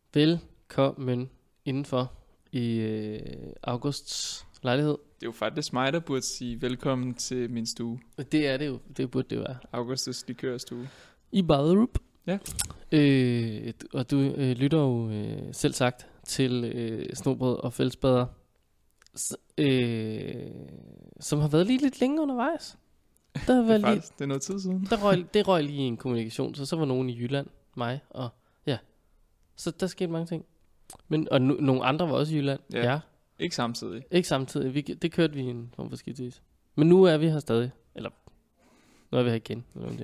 Velkommen indenfor i Augusts lejlighed. Det er jo faktisk mig, der burde sige velkommen til min stue. Det er det jo. Det burde det være. Augustus likørstue. I Ballerup. Ja. Og du lytter jo selv sagt til Snobrød og Fællesbader, som har været lige lidt længe undervejs. Der har været Det er noget tid siden. Det røg lige i en kommunikation, så var nogen i Jylland, mig og ja. Så der skete mange ting. Og nogle andre var også i Jylland. Ja. Ikke samtidig. Ikke samtidig. Det kørte vi i en form for skidtvis. Men nu er vi her stadig. Eller, nu er vi her igen.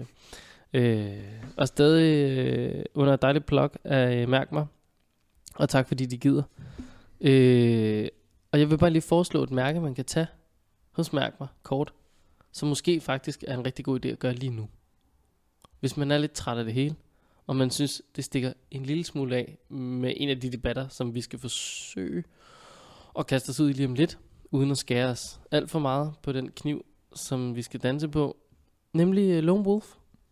Og stadig under et dejligt plug af Mærk Mig. Og tak fordi de gider. Og jeg vil bare lige foreslå et mærke, man kan tage hos Mærk Mig, kort. Som måske faktisk er en rigtig god idé at gøre lige nu. Hvis man er lidt træt af det hele, og man synes, det stikker en lille smule af med en af de debatter, som vi skal forsøge at kaste os ud i lige om lidt, uden at skære os alt for meget på den kniv, som vi skal danse på, nemlig Lone Wolf.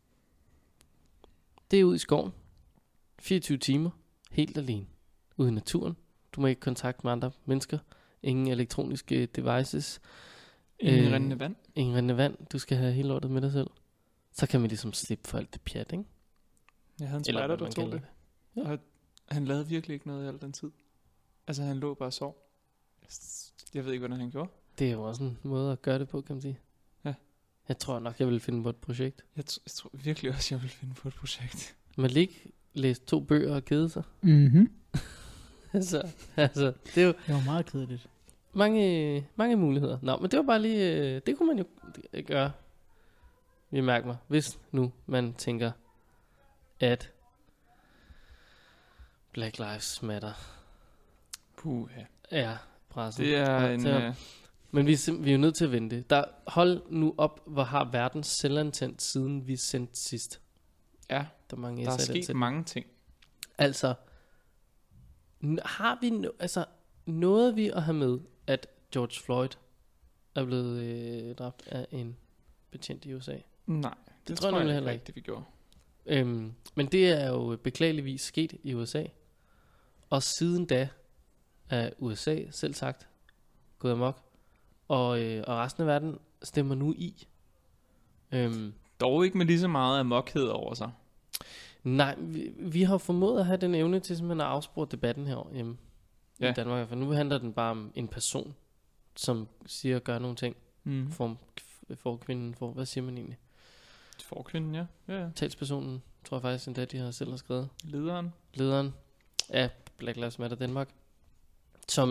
Det er ude i skoven, 24 timer, helt alene, ude i naturen. Du må ikke kontakte med andre mennesker, ingen elektroniske devices. Ingen rindende vand. Ingen rindende vand, du skal have hele lortet med dig selv. Så kan man ligesom slippe for alt det pjat, ikke? Jeg havde en spejder, der tog det. Ja. Og han lavede virkelig ikke noget i al den tid. Altså han lå bare og sov. Jeg ved ikke, hvordan han gjorde. Det er jo også en måde at gøre det på, kan man sige. Ja. Jeg tror nok, jeg vil finde på et projekt. Jeg tror virkelig også, jeg vil finde på et projekt. Malik læste 2 bøger og kede sig. Mhm. altså, det er jo Det var meget kedeligt. mange muligheder. Nå, men det var bare lige, det kunne man jo gøre. Vi mærker mig, hvis nu man tænker, at Black Lives Matter er pressen. Det er en... Men vi er jo nødt til at vente. Hold nu op, hvor har verden selvantændt, siden vi sendte sidst. Ja, der er sket mange ting. Altså, har vi nåede vi at have med, at George Floyd er blevet dræbt af en betjent i USA? Nej, det tror jeg heller ikke, det vi gjorde. Men det er jo beklageligvis sket i USA. Og siden da er USA selv sagt gået amok. Og resten af verden stemmer nu i. Dog ikke med lige så meget amokhed over sig. Nej, vi har formået at have den evne til simpelthen at afspore debatten her hjemme i Danmark. For nu handler den bare om en person, som siger og gør nogle ting. For kvinden, hvad siger man egentlig? For kvinden, ja. Talspersonen, tror jeg faktisk endda, de har selv har skrevet. Lederen af Black Lives Matter Danmark. Som,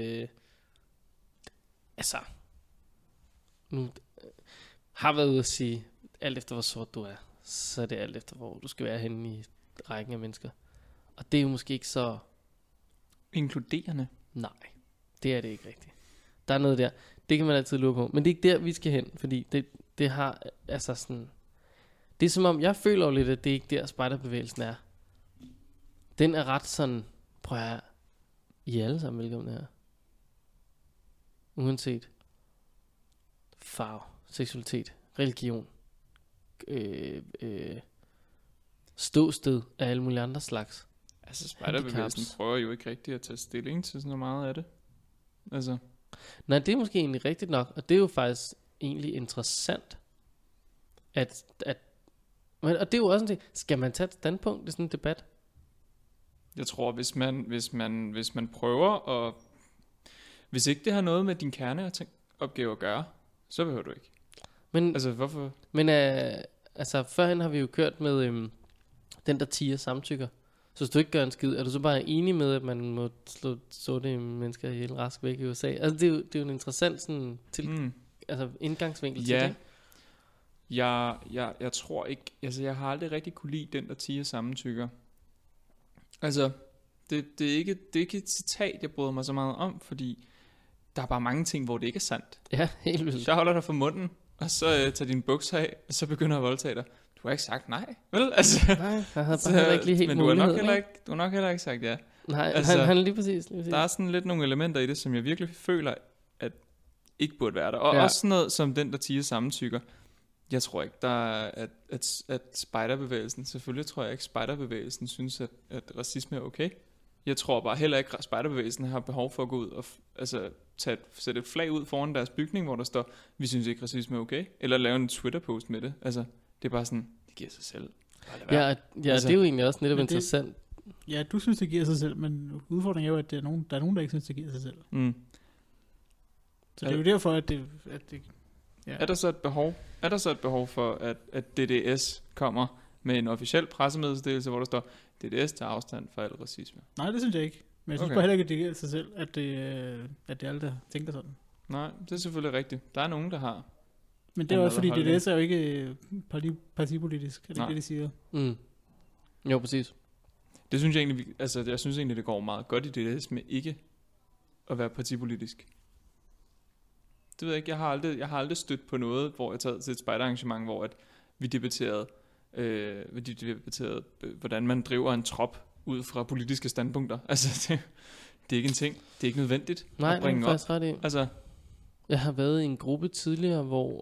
nu har været ude at sige, alt efter hvor sort du er, så er det alt efter hvor du skal være henne i rækken af mennesker. Og det er jo måske ikke så inkluderende. Nej, det er det ikke rigtigt. Der er noget der. Det kan man altid lure på. Men det er ikke der vi skal hen. Fordi det har sådan. Det er som om jeg føler jo lidt at det er ikke der spejderbevægelsen er. Den er ret sådan. Prøv at I er alle sammen velkomne her. Uanset farve, seksualitet, religion, ståsted af alle mulige andre slags. Altså spejderbevægelsen prøver jo ikke rigtig at tage stilling til sådan meget af det. Altså. Nej, det er måske egentlig rigtigt nok. Og det er jo faktisk egentlig interessant at og det er jo også sådan, skal man tage et standpunkt i sådan en debat? Jeg tror, hvis man prøver at... Hvis ikke det har noget med din kerneopgave at gøre, så behøver du ikke. Men, altså, hvorfor? Men førhen har vi jo kørt med den der 10 samtykker. Så hvis du ikke gør en skid, er du så bare enig med, at man må slå sorte mennesker ihjel rask væk i USA? Altså, det er jo en interessant sådan, indgangsvinkel til det. Jeg tror ikke... Altså, jeg har aldrig rigtig kunne lide den der 10 samtykker. Altså, det er ikke et citat, jeg bryder mig så meget om, fordi der er bare mange ting, hvor det ikke er sandt. Ja, helt vildt. Så holder dig for munden, og så tager dine bukser af, og så begynder at voldtage dig. Du har ikke sagt nej, vel? Altså, nej, jeg havde bare ikke lige helt men mulighed. Du har nok heller ikke sagt ja. Nej, altså, han lige præcis. Der er sådan lidt nogle elementer i det, som jeg virkelig føler, at ikke burde være der. Og også sådan noget som den, der 10 samtykker. Jeg tror ikke, der er, at spejderbevægelsen, selvfølgelig tror jeg ikke, spejderbevægelsen synes, at racisme er okay. Jeg tror bare heller ikke, at spejderbevægelsen har behov for at gå ud og sætte et flag ud foran deres bygning, hvor der står, vi synes ikke, racisme er okay. Eller lave en Twitter-post med det. Altså, det er bare sådan, det giver sig selv. Ja, altså, det er jo egentlig også netop interessant. Ja, du synes, det giver sig selv, men udfordringen er jo, at der er nogen, der ikke synes, det giver sig selv. Mm. Så det er jo derfor, at det ja. Er der så et behov for, at DDS kommer med en officiel pressemeddelelse, hvor der står, DDS tager afstand fra al racisme? Nej, det synes jeg ikke. Men jeg synes bare heller ikke, at det giver sig selv, at det er alle, der tænker sådan. Nej, det er selvfølgelig rigtigt. Der er nogen, der har. Men det er også fordi, DDS er jo ikke partipolitisk, er det det, de siger? Mm. Jo, præcis. Det synes jeg egentlig, jeg synes egentlig, det går meget godt i DDS med ikke at være partipolitisk. Det ved jeg ikke, jeg har aldrig stødt på noget, hvor jeg taget til et spejderarrangement, hvor at vi debatterede, hvordan man driver en trop ud fra politiske standpunkter. Altså, det er ikke en ting. Det er ikke nødvendigt at bringe op. Nej, ret i. Altså, jeg har været i en gruppe tidligere,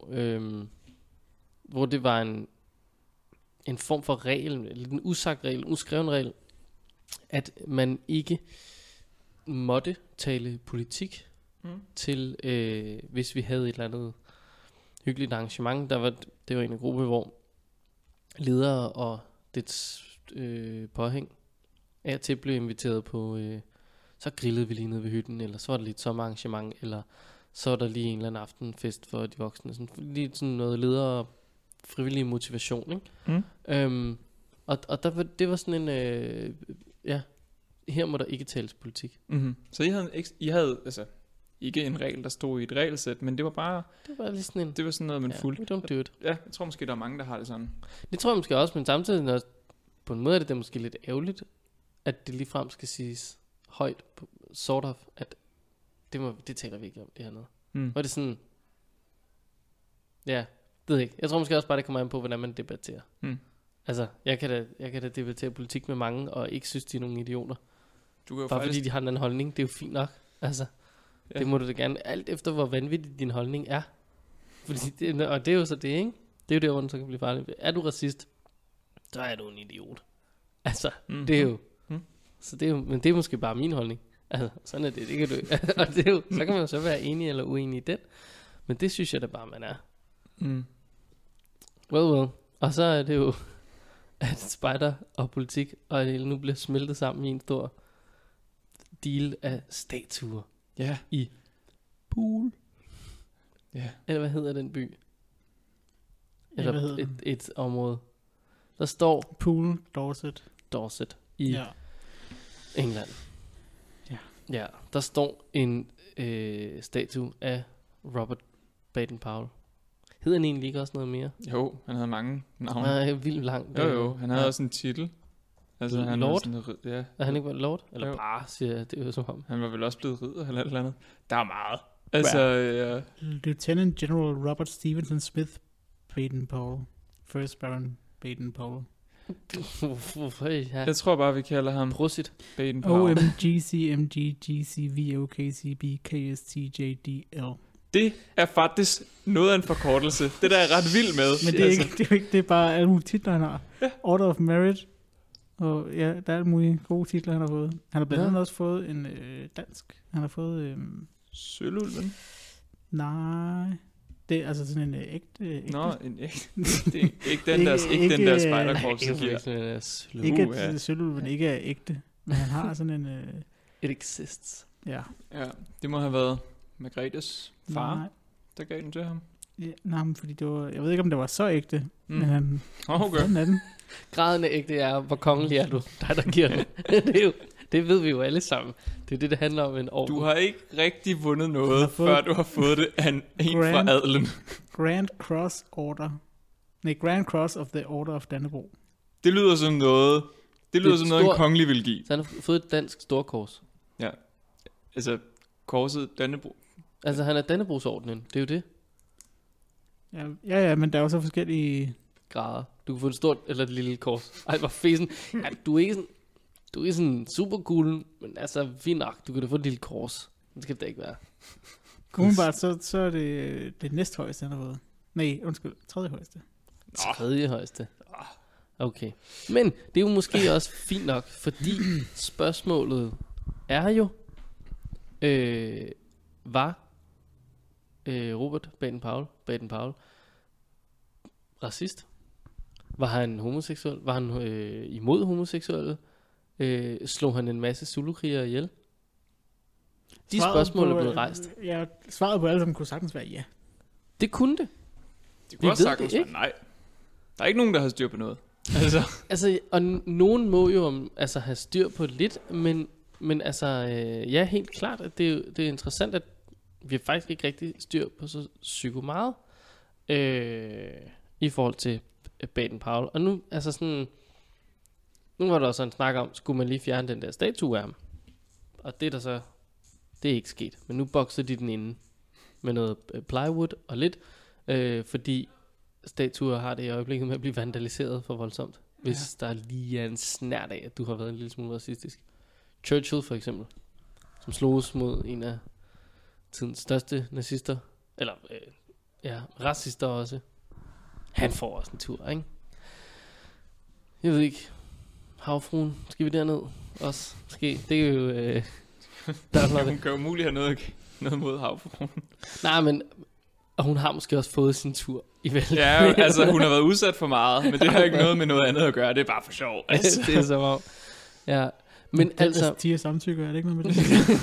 hvor det var en form for regel, en usagt regel, en uskreven regel, at man ikke måtte tale politik til, hvis vi havde et eller andet hyggeligt arrangement. Det var en gruppe, hvor ledere og dets påhæng af og til blev inviteret på, så grillede vi lige nede ved hytten, eller så var der lidt sommerarrangement, eller så var der lige en eller anden aftenfest for de voksne. Sådan, lige sådan noget ledere frivillig motivation, ikke? Og det var sådan en, her må der ikke tales politik. Mm-hmm. Så I havde altså ikke en regel, der stod i et regelsæt, men det var bare... Det var lige sådan det var sådan noget, man fulgte. We don't do it. Ja, jeg tror måske, der er mange, der har det sådan. Det tror jeg måske også, men samtidig på en måde er det måske lidt ærgerligt, at det ligefrem skal siges højt, sort of, at det taler vi ikke om, det her noget. Og det er sådan... Ja, det ved jeg ikke. Jeg tror måske også bare, det kommer an på, hvordan man debatterer. Altså, jeg kan da debattere politik med mange, og ikke synes, de er nogle idioter. Du kan jo bare faktisk... fordi de har en anden holdning, det er jo fint nok. Altså, det må du da gerne, alt efter hvor vanvittig din holdning er. Fordi og det er jo så det, ikke? Det er jo der, hvor den så kan blive farlig. Er du racist, så er du en idiot. Altså, det er jo... Så det er jo, men det er måske bare min holdning. Altså, sådan er det kan du. Og det er jo, så kan man jo så være enig eller uenig i den. Men det synes jeg da bare, man er. Well. Og så er det jo, at spejder og politik og nu bliver smeltet sammen i en stor deal af statuer. Ja. I Pool. Ja. Eller hvad hedder den by? Eller et område. Der står Pool, Dorset i England. Ja, der står en statue af Robert Baden-Powell. Hedder han egentlig ikke også noget mere? Jo, han havde mange navne. Han er vildt langt. Jo, han havde også en titel. Altså, han Lord? Sådan, ja. Er han ikke været Lord? Eller bare, siger jeg, det er jo som ham. Han var vel også blevet ridder eller et eller andet. Der er meget. Altså, Lieutenant General Robert Stevenson Smith Baden-Powell. First Baron Baden-Powell. Jeg tror bare, vi kalder ham Prosit Baden-Powell. OMGCMGGCVOKCBKSTJDL. Det er faktisk noget af en forkortelse. Det der er ret vild med. Men det er bare alle mulige titler, han har. Ja. Order of Merit. Og ja, der er alle mulige gode titler, han har fået. Han har blandt andet også fået en dansk. Han har fået... Sølvulven? Nej... Det er altså sådan en ægte... Nå, en ægte... Det er ikke den der spejderkorps, der giver. Ikke at sølvulven ikke er ægte, men han har sådan en... It exists. Ja, det må have været Margrethes far, der gav den til ham. Ja, nej, men fordi det var... Jeg ved ikke, om det var så ægte, men han... Okay. Den. Graden af ægte er, hvor kongelig er du, der giver den. Det ved vi jo alle sammen. Det er det handler om en orden. Du har ikke rigtig vundet noget, før du har fået det af en fra adelen. Grand Cross Order. Nej, Grand Cross of the Order of Dannebrog. Det lyder som noget... Det lyder som noget, en kongelig vil give. Så han har fået et dansk storkors. Ja. Altså, korset Dannebrog. Altså, han er Dannebrogsordenen. Det er jo det. Ja, men der er jo så forskellige... grader. Du kan få et stort eller et lille kors. Ej, hvor fesen. Ja, du er ikke sådan super cool, men altså, fint nok. Du kan da få et lille kors. Det skal det ikke være. Umiddelbart, så er det næsthøjeste, han har fået. Nej, undskyld, tredje højeste. Tredje højeste. Okay. Men det er jo måske også fint nok, fordi spørgsmålet er jo, var Robert Baden-Powell racist? Var han homoseksuel? Var han imod homoseksuelle? Slog han en masse Zulu-krigere ihjel? De spørgsmål er blevet rejst. Ja, svaret på alle sammen kunne sagtens være ja. Det kunne det. Det kunne også sagtens være nej. Der er ikke nogen, der har styr på noget. Altså, og nogen må jo have styr på lidt, men altså, ja, helt klart, at det er interessant, at vi faktisk ikke rigtig styr på så psyko meget i forhold til Baden-Powell. Og nu, altså sådan, nu var der også en snak om, skulle man lige fjerne den der statue af ham? Og det er der så, det er ikke sket. Men nu bokser de den inde med noget plywood og lidt, fordi statuer har det i øjeblikket med at blive vandaliseret for voldsomt. Hvis der lige er en snært af, at du har været en lille smule racistisk. Churchill for eksempel, som sloges mod en af tidens største nazister, eller racister også. Han får også en tur, ikke? Jeg ved ikke. Havfruen, skal vi derned også? Måske. Det er jo... Hun kan jo muligt have noget mod havfruen. Nej, men... Og hun har måske også fået sin tur i vel. Ja, altså hun har været udsat for meget, men det har ikke noget med noget andet at gøre. Det er bare for sjov. Altså. Det er så meget. Ja. Men altså... Tiger samtykker, er det ikke noget med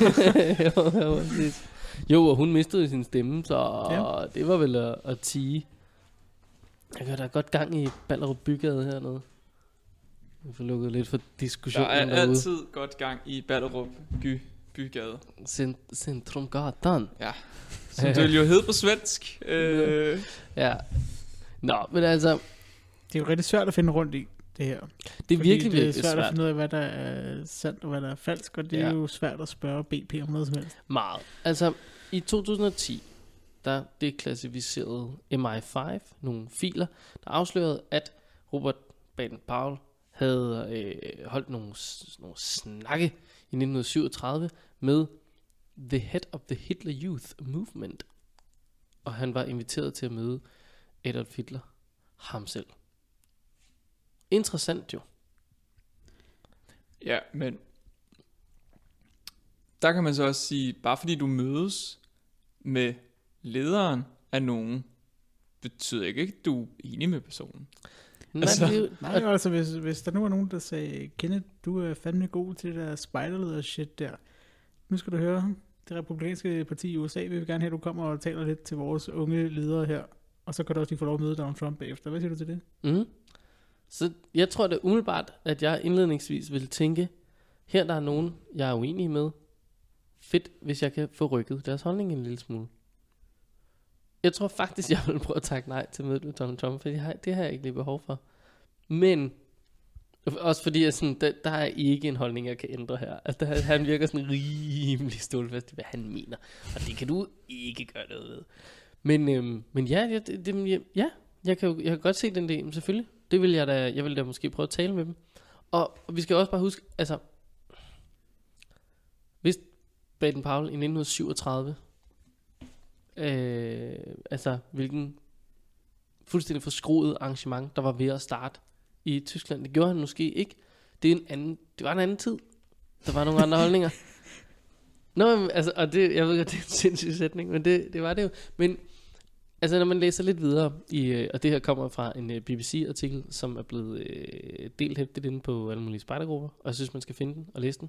det? Jo, og hun mistede sin stemme, så det var vel at tige. Jeg gør der godt gang i Ballerup Bygade hernede. Vi får lukket lidt for diskussionen derude. Der er derude. altid godt gang i Ballerup Bygade. Centrumgatan. Ja. Som det jo hed på svensk. Ja. Nå, men altså... Det er jo rigtig svært at finde rundt i det her. Det er virkelig det er svært at finde ud af, hvad der er sandt og hvad der er falsk. Og det er jo svært at spørge BP om noget som helst. Meget. Altså, i 2010, der deklassificerede MI5 nogle filer, der afslørede, at Robert Baden-Powell havde holdt nogle snakke i 1937 med the head of the Hitler Youth Movement. Og han var inviteret til at møde Adolf Hitler ham selv. Interessant jo. Ja, men der kan man så også sige, bare fordi du mødes med lederen af nogen, betyder ikke, at du er enig med personen. Altså hvis der nu er nogen, der sagde, Kenneth, du er fandme god til det der spejderleder shit der. Nu skal du høre, det republikanske parti i USA, vi vil gerne have, at du kommer og taler lidt til vores unge ledere her. Og så kan du også lige få lov at møde Donald Trump bagefter. Hvad siger du til det? Mm. Så jeg tror det er umiddelbart, at jeg indledningsvis vil tænke, her der er nogen, jeg er uenig med. Fedt, hvis jeg kan få rykket deres holdning en lille smule. Jeg tror faktisk, jeg vil prøve at takke nej til mødet med Donald Trump, for det har jeg ikke lige behov for. Men, også fordi jeg sådan, der er ikke en holdning, jeg kan ændre her. Altså, han virker sådan rimelig stålfast i, hvad han mener. Og det kan du ikke gøre noget ved. Men ja, jeg kan godt se den del, selvfølgelig. Det vil jeg vil da måske prøve at tale med dem. Og vi skal også bare huske, altså, hvis Baden-Powell i 1937, altså hvilken fuldstændig forskruet arrangement, der var ved at starte i Tyskland. Det gjorde han måske ikke. Det var en anden tid. Der var nogle andre holdninger. Nå, altså, og det, jeg ved godt, det er en sindssyg sætning, men det var det jo. Men altså, når man læser lidt videre, og det her kommer fra en BBC-artikel, som er blevet delt hæftet inde på alle mulige spejdergrupper, og jeg synes, man skal finde den og læse den.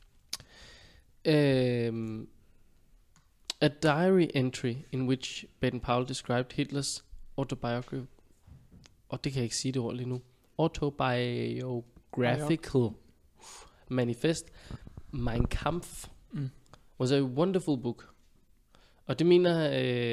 A diary entry in which Baden-Powell described Hitler's autobiography, og det kan jeg ikke sige det ord lige nu, autobiographical manifest, Mein Kampf, was a wonderful book. Og det mener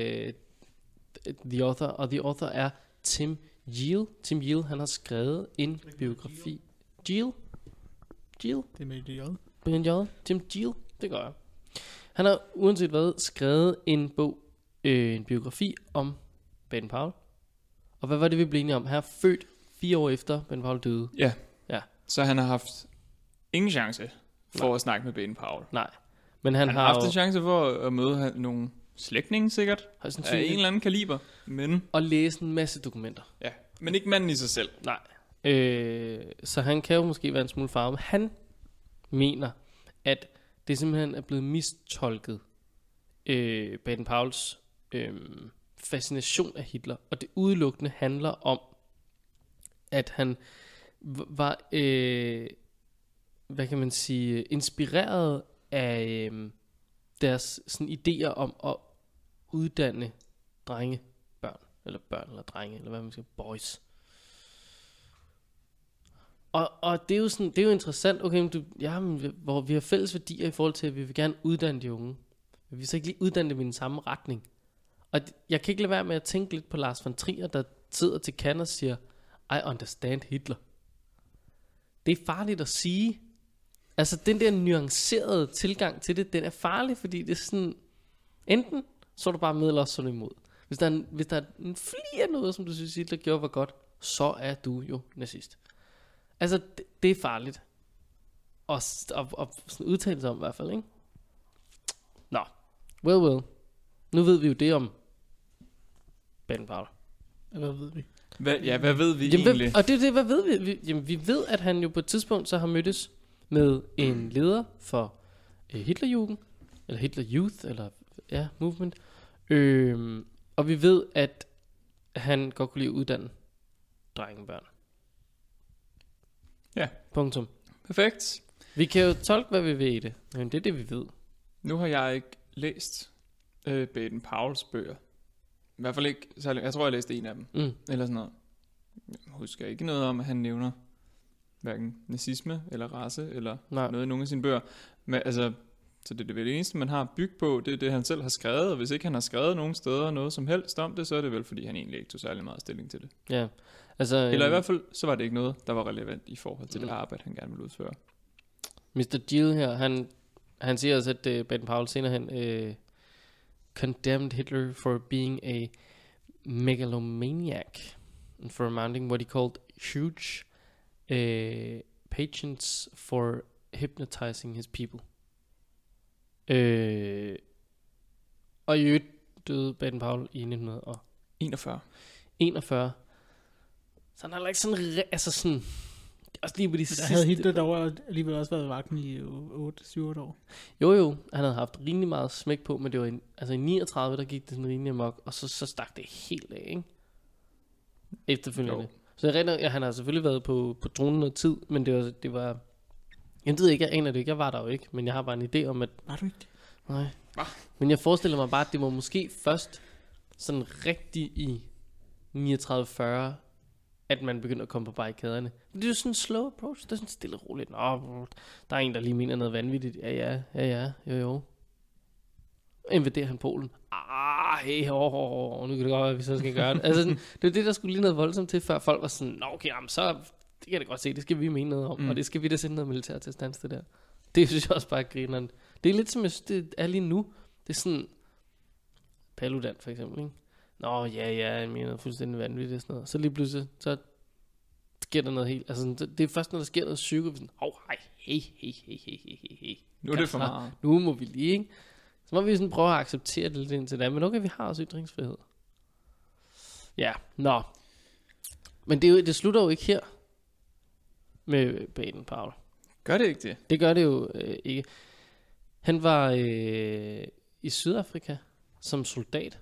the author, og the author er Tim Giel. Tim Giel, han har skrevet en biografi. Giel? Det er med J. Tim Giel, det gør jeg. Han har uanset hvad skrevet en bog, en biografi om Baden-Powell. Og hvad var det, vi blev enige om? Han er født 4 år efter Baden-Powell døde. Ja. Så han har haft ingen chance for at snakke med Baden-Powell. Nej. Men han har haft en chance for at møde nogle slægtninge sikkert. Af en eller anden kaliber. Men... Og læse en masse dokumenter. Ja, men ikke manden i sig selv. Nej. Så han kan jo måske være en smule farvet. Han mener, at det simpelthen er blevet mistolket, Baden-Powells fascination af Hitler. Og det udelukkende handler om, at han var, hvad kan man sige, inspireret af deres sådan idéer om at uddanne børn eller drenge, eller hvad man skal, boys. Og det er jo sådan, det er jo interessant. Okay, men hvor vi har fælles værdier i forhold til, at vi vil gerne uddanne de unge. Men vi vil så ikke lige uddanne dem i den samme retning. Og jeg kan ikke lade være med at tænke lidt på Lars von Trier, der sidder til Cannes og siger, I understand Hitler. Det er farligt at sige. Altså den der nuancerede tilgang til det, den er farlig, fordi det er sådan, enten så er du bare med, eller så er du imod. Hvis der er en fli af noget, som du synes Hitler gjorde var godt, så er du jo nazist. Altså det er farligt at udtale sig om i hvert fald, ikke? Nå, well. Nu ved vi jo det om Baden-Powell. Hvad ved vi? Hvad ved vi egentlig? Og det er det, hvad ved vi? Jamen, vi ved, at han jo på et tidspunkt så har mødtes med en leder for Hitlerjugend, eller Hitler Youth, eller ja, Movement. Og vi ved, at han godt kunne lide at uddanne drengebørn. Ja. Punktum. Perfekt. Vi kan jo tolke, hvad vi ved i det, men det er det, vi ved. Nu har jeg ikke læst Baden-Powells bøger. I hvert fald ikke særlig. Jeg tror, jeg læste en af dem. Eller sådan noget. Jeg husker ikke noget om, at han nævner hverken nazisme eller race eller noget i nogle af sine bøger. Men altså, så det er vel det eneste, man har bygget på. Det er det, han selv har skrevet. Og hvis ikke han har skrevet nogen steder noget som helst om det, så er det vel, fordi han egentlig ikke tog særlig meget stilling til det. Ja. Altså, eller i hvert fald, så var det ikke noget, der var relevant i forhold til det arbejde, han gerne ville udføre. Mr. Gill her, han siger også, at Baden-Powell senere hen condemned Hitler for being a megalomaniac and for mounting what he called huge patience for hypnotizing his people. Og i øvrigt døde Baden-Powell i 1941. Så han har ikke sådan, altså sådan, også lige på de sidste. Havde Hitler dog alligevel også været vagten i 8-7 år? Jo, han havde haft rimelig meget smæk på, men det var i 39, der gik det sådan rimelig amok, og så stak det helt af, ikke? Efterfølgende. Jo. Så han har selvfølgelig været på tronen noget tid, men det var jeg ved ikke, jeg aner det ikke, jeg var der jo ikke, men jeg har bare en idé om, at... Var du ikke? Nej. Men jeg forestiller mig bare, at det var måske først sådan rigtig i 39-40, at man begynder at komme på barrikaderne. Det er jo sådan en slow approach. Det er sådan stille og roligt. Nå, der er en, der lige mener noget vanvittigt. Ja, jo. Invaderer han Polen. Nu kan det godt være, at vi så skal gøre det. Altså sådan, det er det, der skulle lige noget voldsomt til, før folk var sådan, nå okay, jamen, så det kan jeg da godt se, det skal vi mene noget om, og det skal vi da sende noget militær til at stands det der. Det synes jeg også bare griner. Det er lidt som det er lige nu. Det er sådan, Paludan for eksempel, ikke? Nå, ja, jeg mener fuldstændig vanvittigt sådan noget. Så lige pludselig, så sker der noget helt, altså det er først, når der sker noget psyko, sådan, hey. Nu er det for meget. Nu må vi lige, ikke? Så må vi sådan prøve at acceptere det lidt indtil da, men okay, vi har også ytringsfrihed. Ja, nå. Men det slutter jo ikke her med Baden-Powell. Gør det ikke det? Det gør det jo ikke. Han var i Sydafrika som soldat.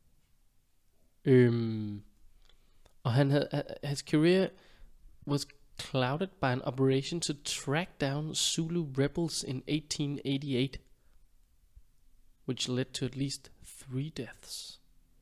Og han havde, his career was clouded by an operation to track down Zulu rebels in 1888, which led to at least 3 deaths.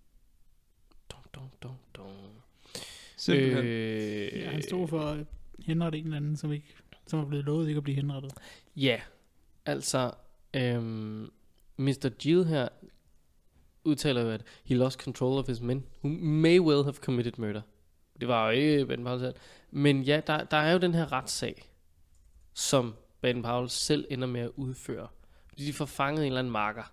Ja, han stod for at henrette en eller anden, som er blevet lovet ikke at blive henrettet. Ja, altså Mr. Gill her udtaler jo, at he lost control of his men, who may well have committed murder. Det var jo ikke Baden-Powell selv. Men ja, der er jo den her retssag, som Baden-Powell selv ender med at udføre. Fordi de får fanget en eller anden marker.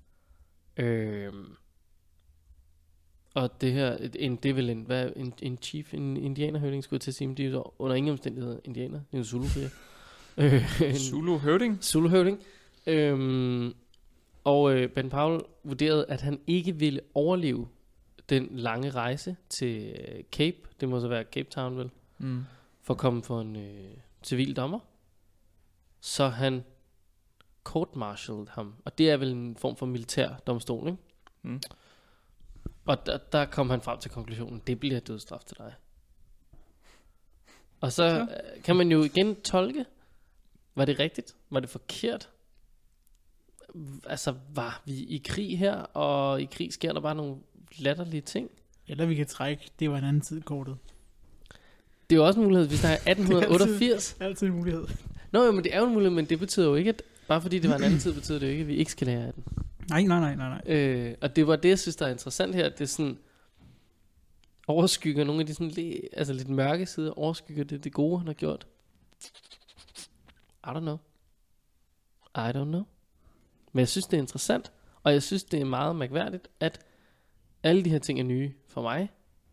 Og det her, det er vel en chief, en indianerhøvding, skulle jeg til at sige, men de er under ingen omstændigheder indianer. Det er en Zulu-kriger. Zulu-høvding? Zulu-høvding. Og Baden-Powell vurderede, at han ikke ville overleve den lange rejse til Cape. Det må så være Cape Town, vel? for at komme for en civil dommer. Så han court-martialed ham. Og det er vel en form for militær domstol, ikke? Mm. Og der kom han frem til konklusionen, det bliver dødsstraf til dig. Og så kan man jo igen tolke, var det rigtigt? Var det forkert? Altså, var vi i krig her, og i krig sker der bare nogle latterlige ting? Eller vi kan trække, det var en anden tid kortet. Det er jo også en mulighed, hvis der er 1888. Det er altid en mulighed. Nå jo, men det er jo en mulighed, men det betyder jo ikke, at bare fordi det var en anden tid, betyder det jo ikke, at vi ikke skal lære af den. Nej. Og det var det, jeg synes, der er interessant her. Det er sådan, overskygger nogle af de sådan lidt mørke sider, overskygger det gode, han har gjort. I don't know. Men jeg synes, det er interessant, og jeg synes, det er meget mærkværdigt, at alle de her ting er nye for mig.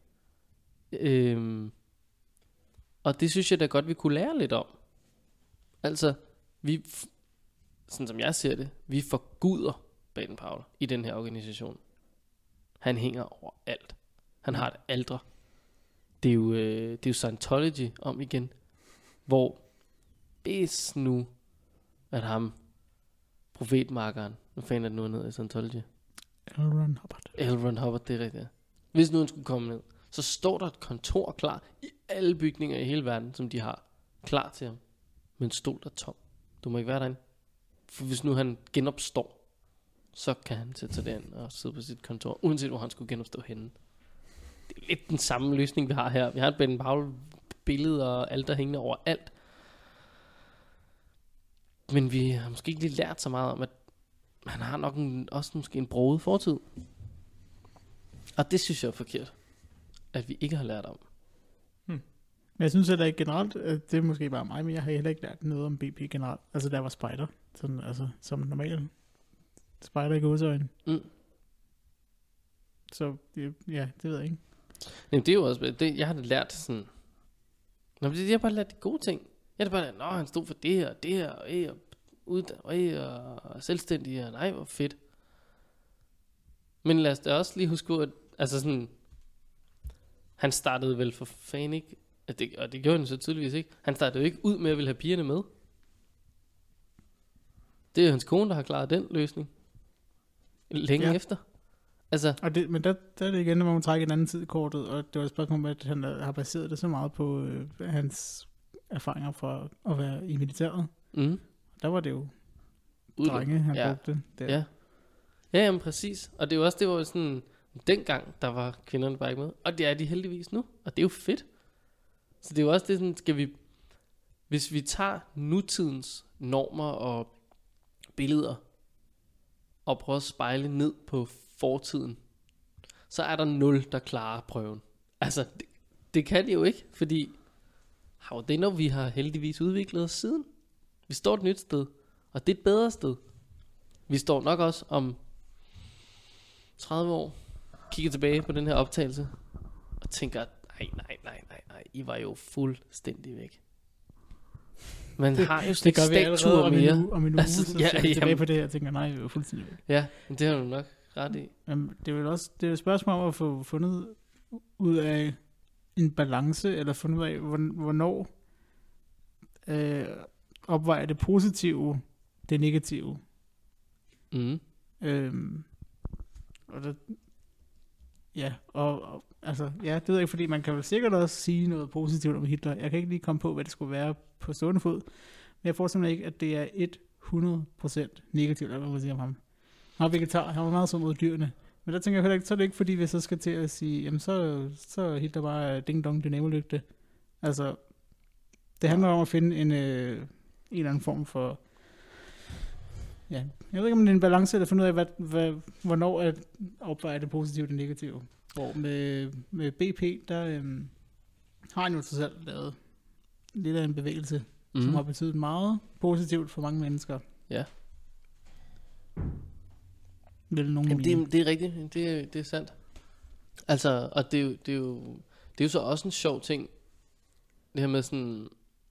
Og det synes jeg da godt, vi kunne lære lidt om. Altså, sådan som jeg ser det, vi forguder Baden-Powell i den her organisation. Han hænger over alt. Han har et aldre. Det er jo Scientology om igen, hvor hvis nu at ham profetmarkeren, nu fandt jeg den nu ned i Scientology, L. Ron Hubbard, det er rigtigt. Hvis nu han skulle komme ned, så står der et kontor klar i alle bygninger i hele verden, som de har, klar til ham. Men stol der tom. Du må ikke være derinde. For hvis nu han genopstår, så kan han sætte sig derind og sidde på sit kontor, uanset hvor han skulle genopstå henne. Det er lidt den samme løsning, vi har her. Vi har et Baden-Powell billede og alt der hængende over alt. Men vi har måske ikke lige lært så meget om, at han har nok også måske en broget fortid. Og det synes jeg er forkert, at vi ikke har lært om. Men jeg synes heller ikke generelt, at det er måske bare mig, men jeg har heller ikke lært noget om BP generelt. Altså der var spider, sådan, altså som normal spider i gåseøjne. Så ja, det ved jeg ikke. Jamen det er jo også, jeg har da lært sådan, jeg har bare lært de gode ting. Jeg har bare lært, han stod for det her, og selvstændig, og nej, hvor fedt. Men lad os da også lige huske, at altså sådan, han startede vel for fan ikke, og det gjorde han så tydeligvis ikke. Han startede jo ikke ud med at ville have pigerne med. Det er hans kone, der har klaret den løsning. Længe efter. Altså. Men der er det igen, når man trækker en anden tid i kortet, og det var et spørgsmål om, at han har baseret det så meget på hans erfaringer fra at være i militæret. Der var det jo drenge, han brugte der. Ja, jamen præcis. Og det er jo også, det var jo sådan, dengang der var kvinderne bare ikke med, og det er de heldigvis nu, og det er jo fedt. Så det er jo også det sådan, hvis vi tager nutidens normer og billeder, og prøver at spejle ned på fortiden, så er der 0, der klarer prøven. Altså, det kan de jo ikke, fordi det er når vi har heldigvis udviklet os siden. Vi står et nyt sted, og det er et bedre sted. Vi står nok også om 30 år, kigger tilbage på den her optagelse, og tænker, nej, I var jo fuldstændig væk. Man har jo slet ikke statuer mere. Om en uge, altså, så ser vi tilbage på det her, og tænker, nej, vi var fuldstændig væk. Ja, men det har du nok ret i. Jamen, det er vel også et spørgsmål om at få fundet ud af en balance, eller fundet ud af, hvornår opvejer det positive, det negative. Og der, ja, og altså, ja, det ved jeg ikke, fordi man kan vel sikkert også sige noget positivt om Hitler. Jeg kan ikke lige komme på, hvad det skulle være på stående fod, men jeg forestiller mig ikke, at det er 100% negativt, hvad man siger om ham. Han var vegetar, han var meget så mod dyrene. Men der tænker jeg heller ikke, så er det ikke, fordi vi så skal til at sige, jamen så Hitler bare ding-dong, dynamelygte. Altså, det handler om at finde en eller anden form for, ja, jeg ved ikke, om det er en balance, eller finde ud af, hvornår at opveje det positive og det negative. Hvor med BP, der har han jo til selv lavet lidt af en bevægelse, som har betydet meget positivt for mange mennesker. Ja. Jamen, det er rigtigt, det er sandt. Altså, og det er jo så også en sjov ting, det her med sådan,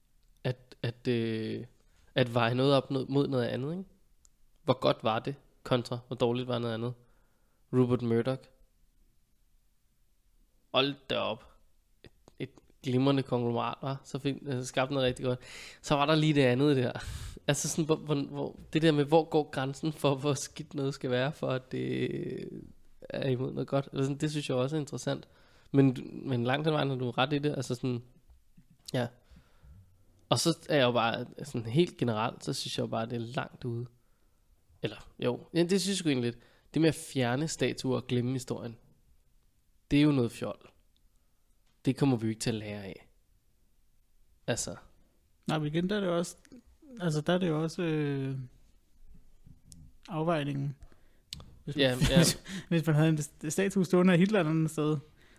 at veje noget op mod noget andet, ikke? Hvor godt var det, kontra hvor dårligt var noget andet. Rupert Murdoch. Hold da op. Et glimrende konglomerat, var. Så fik skabt noget rigtig godt. Så var der lige det andet der. Altså sådan, hvor, det der med, hvor går grænsen for, hvor skidt noget skal være, for at det er imod noget godt. Eller sådan, det synes jeg også er interessant. Men langt hen vejen har du ret i det. Altså sådan, ja. Og så er jeg jo bare, sådan helt generelt, så synes jeg jo bare, det er langt ude. Eller, jo, ja, det synes jeg sgu egentlig lidt. Det med at fjerne statuer og glemme historien, det er jo noget fjol. Det kommer vi jo ikke til at lære af. Altså. Nej, men igen, der er det også, altså der er det jo også afvejningen. Hvis man, hvis man havde en statue stående af Hitler et andet sted,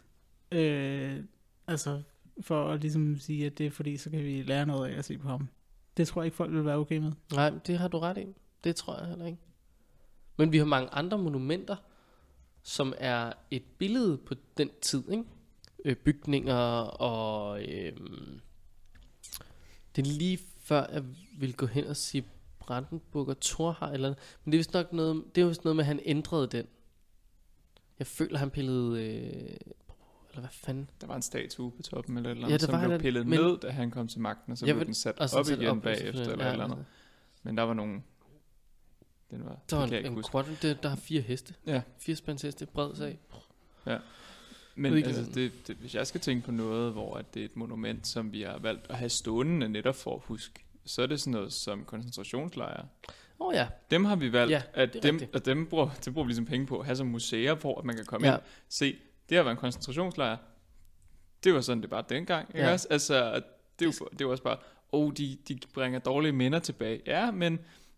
altså for at ligesom sige, at det er fordi, så kan vi lære noget af at se på ham. Det tror jeg ikke, folk vil være okay med. Nej, det har du ret i. Det tror jeg heller ikke. Men vi har mange andre monumenter, som er et billede på den tid, ikke? Bygninger og det er lige før jeg ville gå hen og sige Brandenburg og Thor eller andet. Men det er vist nok noget, det er vist noget med at han ændrede den. Jeg føler han pillede eller hvad fanden. Der var en statue på toppen eller et eller Ja, andet, der som var blev en- pillet men- ned, da han kom til magten, og så blev den sat op igen bagefter eller et eller andet. Men der var nogen. Den var, Der var det kan jeg ikke en huske. quadrant, der har 4 heste. Ja. 4 spænds heste, bred sag. Men Ikke altså, det, hvis jeg skal tænke på noget, hvor at det er et monument, som vi har valgt at have stående netop for at huske, så er det sådan noget som koncentrationslejre. Ja. Dem har vi valgt, Ja, at det er rigtigt. dem bruger vi ligesom penge på at have som museer, hvor at man kan komme ind, se, det har været en koncentrationslejr. Det var sådan, det bare dengang, ikke også? Altså, det er jo også bare, de bringer dårlige minder tilbage. Ja, men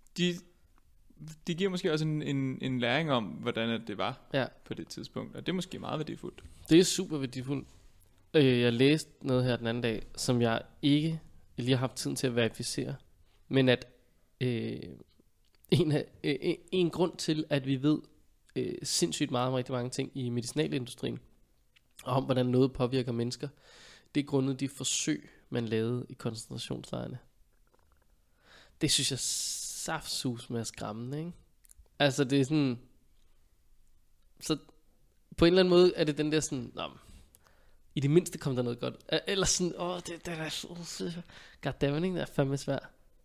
de giver måske også en læring om, hvordan at det var på det tidspunkt, og det er måske meget værdifuldt. Det er super værdifuldt. Jeg læste noget her den anden dag, som jeg ikke lige har haft tiden til at verificere, men at en grund til, at vi ved sindssygt meget om rigtig mange ting i medicinalindustrien, og om hvordan noget påvirker mennesker, det er grundet de forsøg, man lavede i koncentrationslejrene. Det synes jeg saftsus med at skræmmende, ikke? Altså det er sådan, så på en eller anden måde er det den der sådan, i det mindste kom der noget godt. Eller sådan, det er så goddammit, det er fandme svært.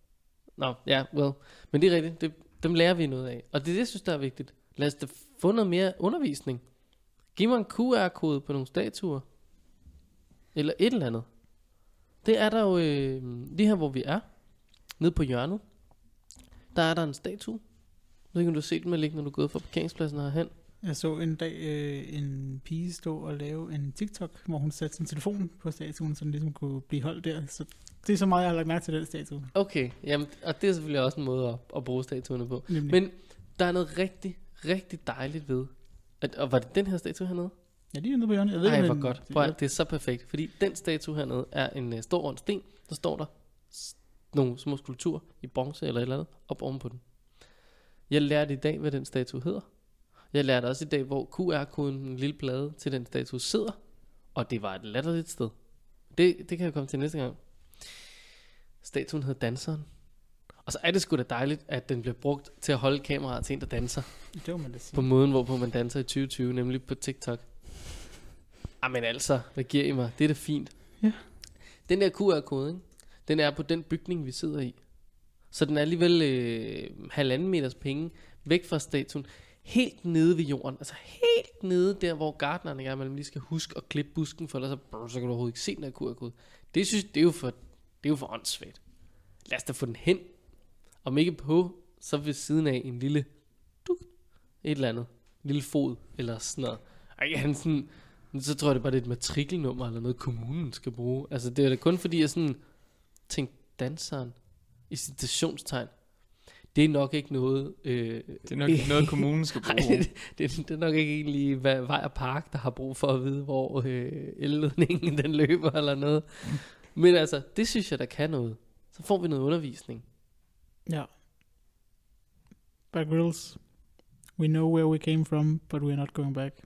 Men det er rigtigt, dem lærer vi noget af. Og det er det, jeg synes, der er vigtigt. Lad os da få noget mere undervisning. Giv mig en QR-kode på nogle statuer. Eller et eller andet. Det er der jo, lige her hvor vi er, nede på hjørnet, der er der en statue. Jeg ved ikke, om du har set den med ligge, når du er gået fra parkeringspladsen herhen. Jeg så en dag en pige stå og lave en TikTok, hvor hun satte sin telefon på statuen, så den ligesom kunne blive holdt der. Så det er så meget, jeg har lagt mærke til den statue. Okay, jamen, og det er selvfølgelig også en måde at bruge statuerne på. Nemlig. Men der er noget rigtig, rigtig dejligt ved. Og var det den her statue hernede? Ja, de er nede på hjørnet. Jeg ved, Ej, men- hvor godt. Prøv at, det er så perfekt. Fordi den statue hernede er en stor rund sten. Der står der nogle små skulpturer i bronze eller et eller andet op oven på den. Jeg lærte i dag, hvad den statue hedder. Jeg lærte også i dag, hvor QR-koden, en lille plade til den statue sidder. Og det var et latterligt sted. Det kan jeg komme til næste gang. Statuen hedder Danseren. Og så er det sgu da dejligt, at den bliver brugt til at holde kameraet til en, der danser. Det må man da sige. På måden, hvorpå man danser i 2020, nemlig på TikTok. Men altså, hvad giver I mig? Det er da fint. Ja. Den der QR-kode, ikke? Den er på den bygning, vi sidder i. Så den er alligevel 1,5 meters penge væk fra statuen. Helt nede ved jorden. Altså helt nede der, hvor gartneren engang lige skal huske at klippe busken, for ellers så kan du overhovedet ikke se den her QR-kode. Det synes jeg, det er jo for åndssvagt. Lad os da få den hen. Om ikke på, så ved siden af en lille et eller andet. En lille fod, eller sådan noget. Så tror jeg det bare, det er et matrikelnummer, eller noget kommunen skal bruge. Altså det er da kun fordi, jeg sådan tænkte, Danseren, i citationstegn, det er nok ikke noget... Det er nok ikke noget, kommunen skal bruge. Nej, det er nok ikke egentlig Vej og Park, der har brug for at vide, hvor elledningen den løber, eller noget. Men altså, det synes jeg, der kan noget. Så får vi noget undervisning. Ja. Bear Grylls. We know where we came from, but we're not going back.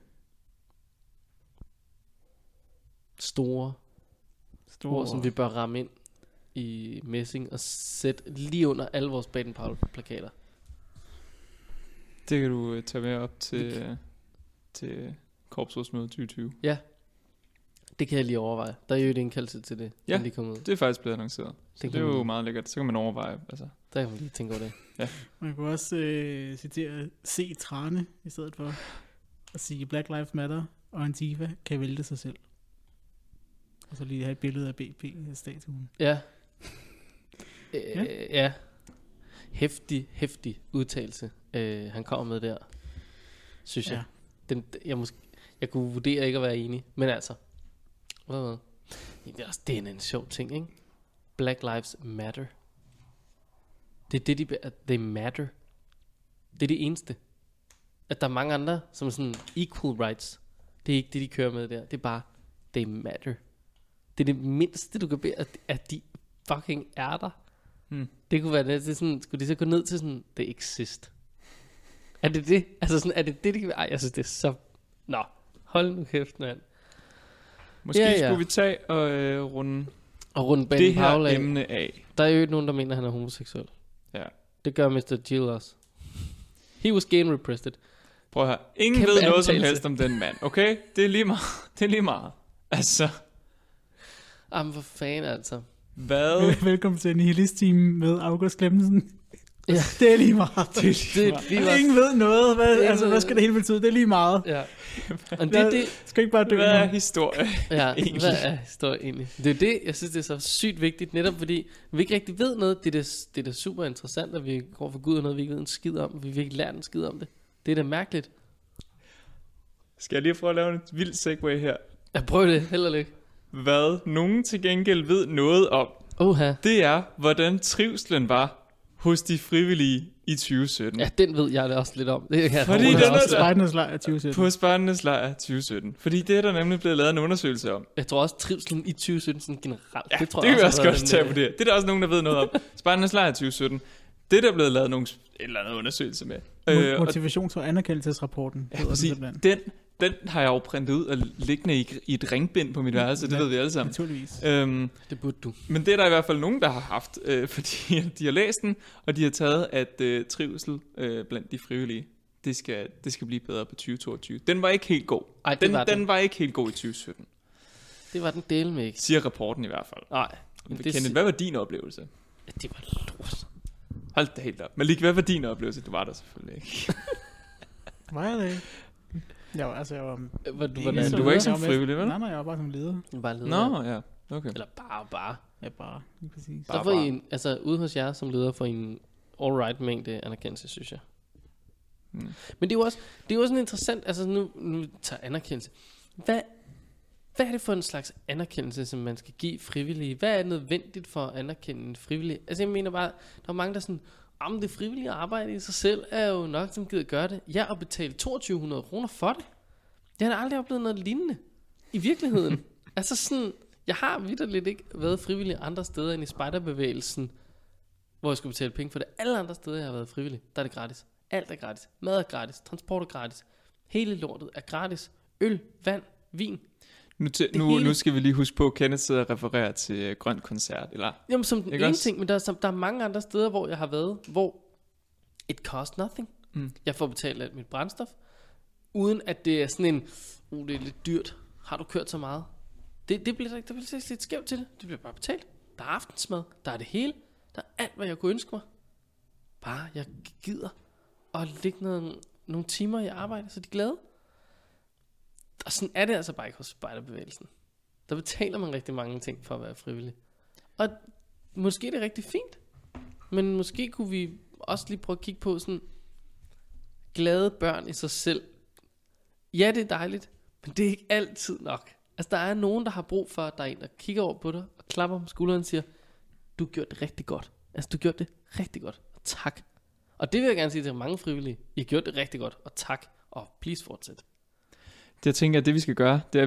Store ord, som vi bør ramme ind i messing og sætte lige under alle vores Baden-Powell-plakater. Det kan du tage med op til korpsrådsmødet 2020. Ja, Det kan jeg lige overveje. Der er jo et indkaldelse til det. Ja, den lige kom ud. Det er faktisk blevet annonceret. Så det er jo meget lækkert. Så kan man overveje. Altså. Der kan man lige tænke over det. Ja. Man kunne også citere C. Trane i stedet for at sige Black Lives Matter, og Antifa kan vælte sig selv. Og så lige have et billede af BP-statuen. Ja. Ja. Hæftig udtalelse, han kommer med der, synes jeg. Jeg kunne vurdere ikke at være enig, men altså, det er også en sjov ting, ikke? Black Lives Matter. Det er det, they matter. Det er det eneste. At der er mange andre, som er sådan equal rights. Det er ikke det, de kører med der. Det er bare, they matter. Det er det mindste, du kan bede, at de fucking er der. Det kunne være det sådan, skulle de så gå ned til sådan, they exist. Er det det? Altså sådan, er det det, de kan være? Ej, jeg synes, det er så... Nå, hold nu kæft, mand. Måske skulle vi tage og runde Ben det her Powell af. emne af. Der er jo ikke nogen, der mener, at han er homoseksuel. Ja. Det gør Mr. Jill også. He was gay and repressed. Prøv at høre. Ingen ved noget som helst om den mand, okay? Det er lige meget. Det er lige meget. Altså. Jamen, for fanden altså. Hvad? Velkommen til Nihilist-team med August Clemmensen. Ja. Det er lige meget. Ingen ved noget. Hvad skal det hele betyde? Det er lige meget. Ja. Og det skal ikke bare dø. Hvad er historie? Ja, hvad er historie egentlig? Det er det, jeg synes, det er så sygt vigtigt, netop fordi vi ikke rigtig ved noget. Det er da super interessant, at vi går for Gud og noget, vi ikke ved en skid om. Vi har ikke lært en skid om det. Det er da mærkeligt. Skal jeg lige prøve at lave en vild segue her? Ja, prøv det. Held og lykke. Hvad nogen til gengæld ved noget om, det er, hvordan trivslen var hos de frivillige i 2017. Ja, den ved jeg da også lidt om. Det kan fordi den er Spejdernes Lejr 2017. På Spejdernes Lejr 2017. Fordi det er der nemlig blevet lavet en undersøgelse om. Jeg tror også trivslen i 2017 sådan generelt. Ja, det tror jeg kan vi også godt tage på det. Det er der også nogen, der ved noget om. Spejdernes Lejr 2017. Det der er blevet lavet en eller anden undersøgelse med. Motivations- og anerkendelsesrapporten. Ja, præcis. Den har jeg jo printet ud og liggende i et ringbind på mit værelse. Det ved vi alle sammen. Naturligvis. Det burde du. Men det er der i hvert fald nogen, der har haft, fordi de har læst den, og de har taget, at trivsel blandt de frivillige, det skal blive bedre på 2022. Den var ikke helt god. Ej, den var ikke helt god i 2017. Det var den del med ikke. Siger rapporten i hvert fald. Nej. Kenneth, hvad var din oplevelse? Ja, det var lort. Hold da helt op. Malik, hvad var din oplevelse? Du var der selvfølgelig ikke. Var jeg det ikke? Jeg var du var ikke som frivillig, vel? Nej, jeg var bare som leder. Bare leder. Nå, ja. Okay. Eller bare. Ja, bare. Lige præcis. Der får I en, altså ude hos jer som leder får I en alright mængde anerkendelse, synes jeg. Men det er jo også en interessant, altså nu tager anerkendelse. Hvad er det for en slags anerkendelse, som man skal give frivillige? Hvad er nødvendigt for at anerkende en frivillig? Altså jeg mener bare, der er mange, der sådan, men det frivillige arbejde i sig selv er jo nok, som gider gøre det. Ja, og betale 2200 kroner for det. Jeg har aldrig oplevet noget lignende i virkeligheden. Altså sådan, jeg har vitterligt ikke været frivillig andre steder end i spejderbevægelsen, hvor jeg skulle betale penge for det. Alle andre steder, jeg har været frivillig, der er det gratis. Alt er gratis. Mad er gratis. Transport er gratis. Hele lortet er gratis. Øl, vand, vin. Nu skal vi lige huske på, at Kenneth sidder og refererer til Grøn Koncert, eller? Jamen som den ene ting, men der er mange andre steder, hvor jeg har været, hvor it cost nothing. Jeg får betalt alt mit brændstof, uden at det er sådan en, det er lidt dyrt. Har du kørt så meget? Der bliver lidt skævt til det. Det bliver bare betalt. Der er aftensmad, der er det hele. Der er alt, hvad jeg kunne ønske mig. Bare jeg gider at lægge nogle timer i arbejde, så de er glade. Og sådan er det altså bare ikke hos spejderbevægelsen. Der betaler man rigtig mange ting for at være frivillig. Og måske er det rigtig fint. Men måske kunne vi også lige prøve at kigge på sådan glade børn i sig selv. Ja, det er dejligt, men det er ikke altid nok. Altså der er nogen, der har brug for, at der er en, der kigger over på dig og klapper på skulderen og siger, du gjorde det rigtig godt. Altså du gjorde det rigtig godt. Og tak. Og det vil jeg gerne sige til mange frivillige. I har gjort det rigtig godt. Og tak. Og please fortsæt. Det jeg tænker, at det vi skal gøre, det er,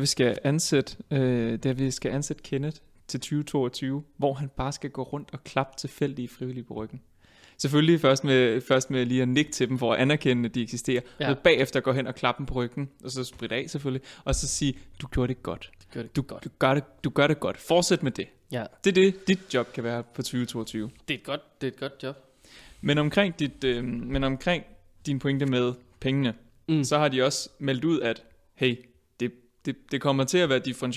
at vi skal ansætte Kenneth til 2022, hvor han bare skal gå rundt og klappe tilfældige frivillige på ryggen. Selvfølgelig først med lige at nikke til dem for at anerkende, at de eksisterer. Ja. Og bagefter gå hen og klappe dem på ryggen, og så spritte af selvfølgelig, og så sige, du gjorde det godt. Du gør det godt. Fortsæt med det. Ja. Det er det, dit job kan være på 2022. Det er et godt job. Men omkring din pointe med pengene, så har de også meldt ud, at hey, det kommer til at være differentieret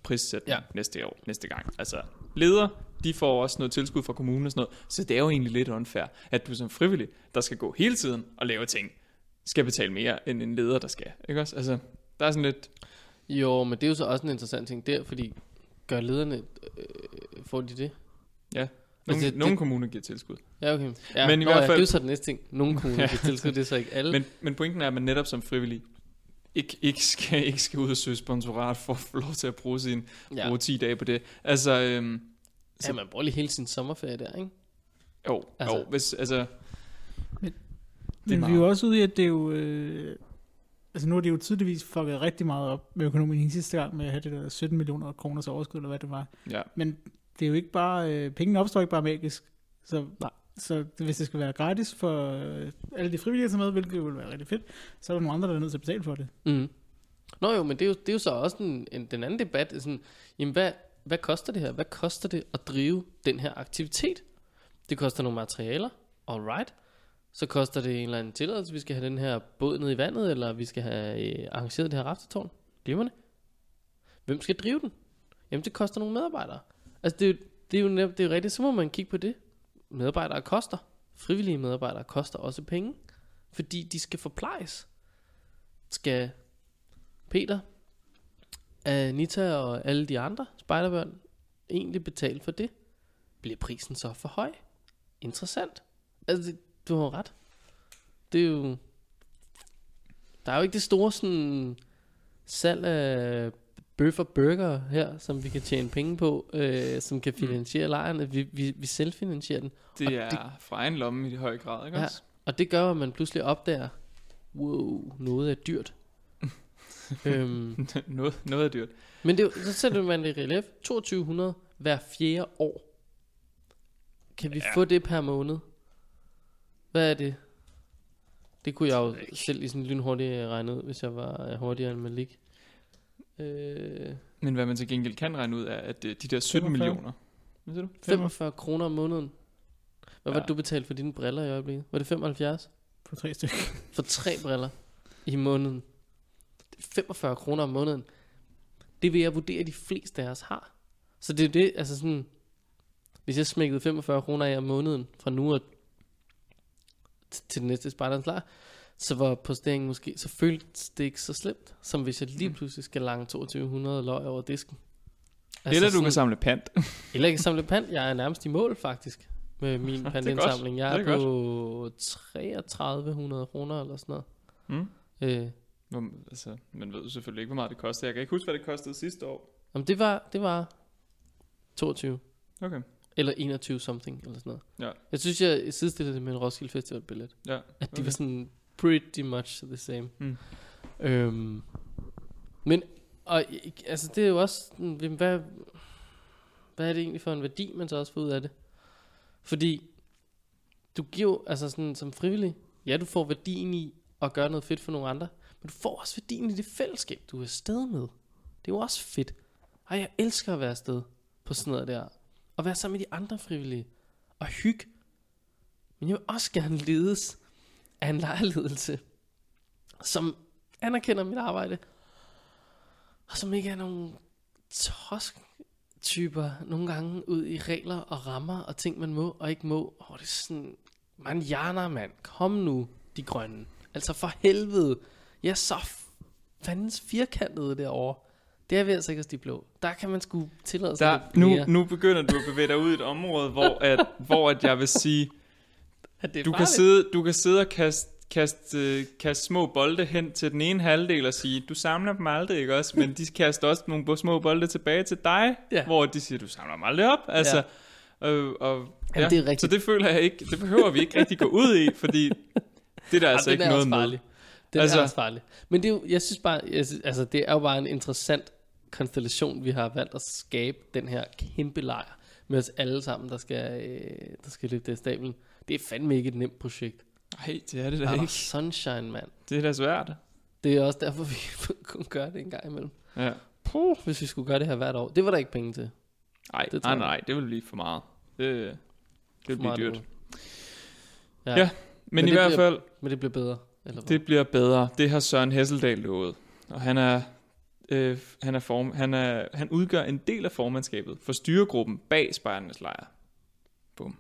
prissætning næste gang. Altså, ledere, de får også noget tilskud fra kommunen og sådan noget, så det er jo egentlig lidt unfair, at du som frivillig, der skal gå hele tiden og lave ting, skal betale mere end en leder, der skal. Ikke også? Altså, der er sådan lidt... Jo, men det er jo så også en interessant ting der, fordi gør lederne, får de det? Ja, nogle kommuner giver tilskud. Ja, okay. Ja, men i hvert fald... det er jo så den næste ting. Nogle kommuner giver tilskud, det er så ikke alle. Men pointen er, at man netop som frivillig ikke skal ud og søge sponsorat for at få lov til at bruge 10 dage på det. Altså... ja, man bruger lige hele sin sommerferie der, ikke? Jo, hvis... Altså, men vi er jo også ude i, at det er jo... altså nu har de jo tydeligvis fucket rigtig meget op med økonomien sidste gang, med at have det der 17 millioner kroners overskud, eller hvad det var. Ja. Men det er jo ikke bare... pengene opstår ikke bare magisk. Så hvis det skal være gratis for alle de frivillige, der er med, hvilket jo vil være rigtig fedt, så er der nogle andre, der er nødt til at betale for det. Mm. Nå jo, men det er jo så også den anden debat. Sådan, jamen hvad koster det her? Hvad koster det at drive den her aktivitet? Det koster nogle materialer, alright. Så koster det en eller anden tilladelse, vi skal have den her båd ned i vandet, eller vi skal have arrangeret det her raftetårn. Glimrende. Hvem skal drive den? Jamen det koster nogle medarbejdere. Altså det er jo rigtigt, så må man kigge på det. Medarbejdere koster. Frivillige medarbejdere koster også penge, fordi de skal forplejes. Skal Peter, Anita og alle de andre spejderbørn egentlig betale for det? Bliver prisen så for høj? Interessant. Altså du har ret. Det er jo... Der er jo ikke det store sådan salg af bøf og burger her, som vi kan tjene penge på, som kan finansiere lejrene. Vi selvfinansierer den. Det er fra egen lomme i høj grad, ikke også? Og det gør, at man pludselig opdager, wow, noget er dyrt. noget er dyrt. Men det er jo, så sætter man det i relief. 2200 hver 4. år. Kan vi få det per måned? Hvad er det? Det kunne jeg jo selv i sådan lynhurtigt regne ud, hvis jeg var hurtigere end Malik. Men hvad man til gengæld kan regne ud er, at de der 17 millioner. Hvad siger du? 45 kroner om måneden. Hvad var det, du betalte for dine briller i øjeblikket? Var det 75? For 3 stykker. For 3 briller i måneden. 45 kroner om måneden. Det vil jeg vurdere, de fleste af os har. Så det er det, altså sådan... Hvis jeg smækkede 45 kroner af om måneden fra nu og til den næste Spartans lejr, så var posteringen måske, så føltes det ikke så slemt, som hvis jeg lige pludselig skal lange 2200 løg over disken. Altså eller du kan samle pant. Eller jeg kan samle pant. Jeg er nærmest i mål faktisk med min pantindsamling. Jeg er på 3300 kroner eller sådan noget. Altså, man ved selvfølgelig ikke, hvor meget det koster. Jeg kan ikke huske, hvad det kostede sidste år. Jamen, det var 22. Okay. Eller 21 something eller sådan noget. Ja. Jeg synes, jeg sidestillede det med en Roskilde Festival billet. Ja. At de var sådan pretty much the same. Men altså det er jo også hvad er det egentlig for en værdi, man så også får ud af det? Fordi du giver altså sådan som frivillig, ja, du får værdien i at gøre noget fedt for nogle andre, men du får også værdien i det fællesskab, du er afsted med. Det er jo også fedt. Og jeg elsker at være afsted på sådan noget der. Og være sammen med de andre frivillige. Og hygge. Men jeg vil også gerne ledes af en lejrledelse, som anerkender mit arbejde. Og som ikke er nogen tosk-typer nogle gange ud i regler og rammer og ting, man må og ikke må. Det er sådan, manjana, mand. Kom nu, de grønne. Altså for helvede. Jeg er så fandens firkantede derovre. Det er vi altså ikke at de blå. Der kan man sgu tillade sig nu begynder du at bevæge dig ud i et område, hvor at jeg vil sige, du kan sidde og kaste små bolde hen til den ene halvdel og sige, du samler dem aldrig, ikke også? Men de kaster også nogle små bolde tilbage til dig, hvor de siger, du samler dem aldrig op. Altså, Jamen, det er rigtigt. Så det føler jeg ikke, det behøver vi ikke rigtig gå ud i, fordi det er der altså ikke noget med. Det er også farligt. Men det er jo, jeg synes bare, altså det er jo bare en interessant konstellation, vi har valgt at skabe den her kæmpe lejr med os alle sammen, der skal løbe det af stablen. Det er fandme ikke et nemt projekt. Nej, det er det da ikke. Sunshine, mand. Det er da svært. Det er også derfor, vi kunne gøre det en gang imellem. Ja. Hvis vi skulle gøre det her hvert år. Det var der ikke penge til. Nej, det ville blive for meget. Det ville blive dyrt. Ja, men i hvert fald... Men det bliver bedre. Eller det bliver bedre. Det har Søren Hesseldal lovet. Og han er Han udgør en del af formandskabet for styregruppen bag Spejdernes Lejr. Bum.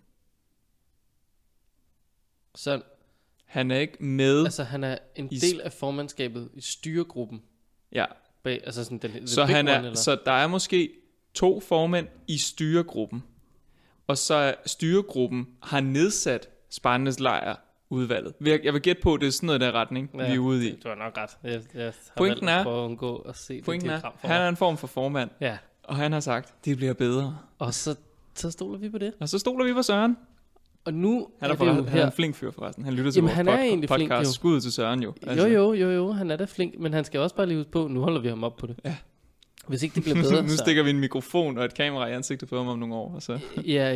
Så Han er ikke med. altså, han er en del af formandskabet i styregruppen. Ja. Bag, altså sådan den, Så der er måske 2 formænd i styregruppen. Og så er styregruppen har nedsat Spejdernes Lejr udvalget. Jeg vil gætte på, at det er sådan noget der retning, vi er ude i. Du har nok ret. Jeg har Pointen valgt er- at prøve at undgå at se Pointen det er, diagram for han mig. er en form for formand. Ja, Og han har sagt, det bliver bedre. og så stoler vi på det. Og så stoler vi på Søren. Og nu Han er, det jo han er en flink fyr forresten. Han lytter til Jamen, vores han er egentlig podcast. flink, jo. Skud til Søren jo. Jo, han er da flink, men han skal også bare lige huske på, nu holder vi ham op på det. Ja. Hvis ikke det bliver bedre, Nu stikker vi en mikrofon og et kamera i ansigtet på ham om nogle år. Og så. Ja,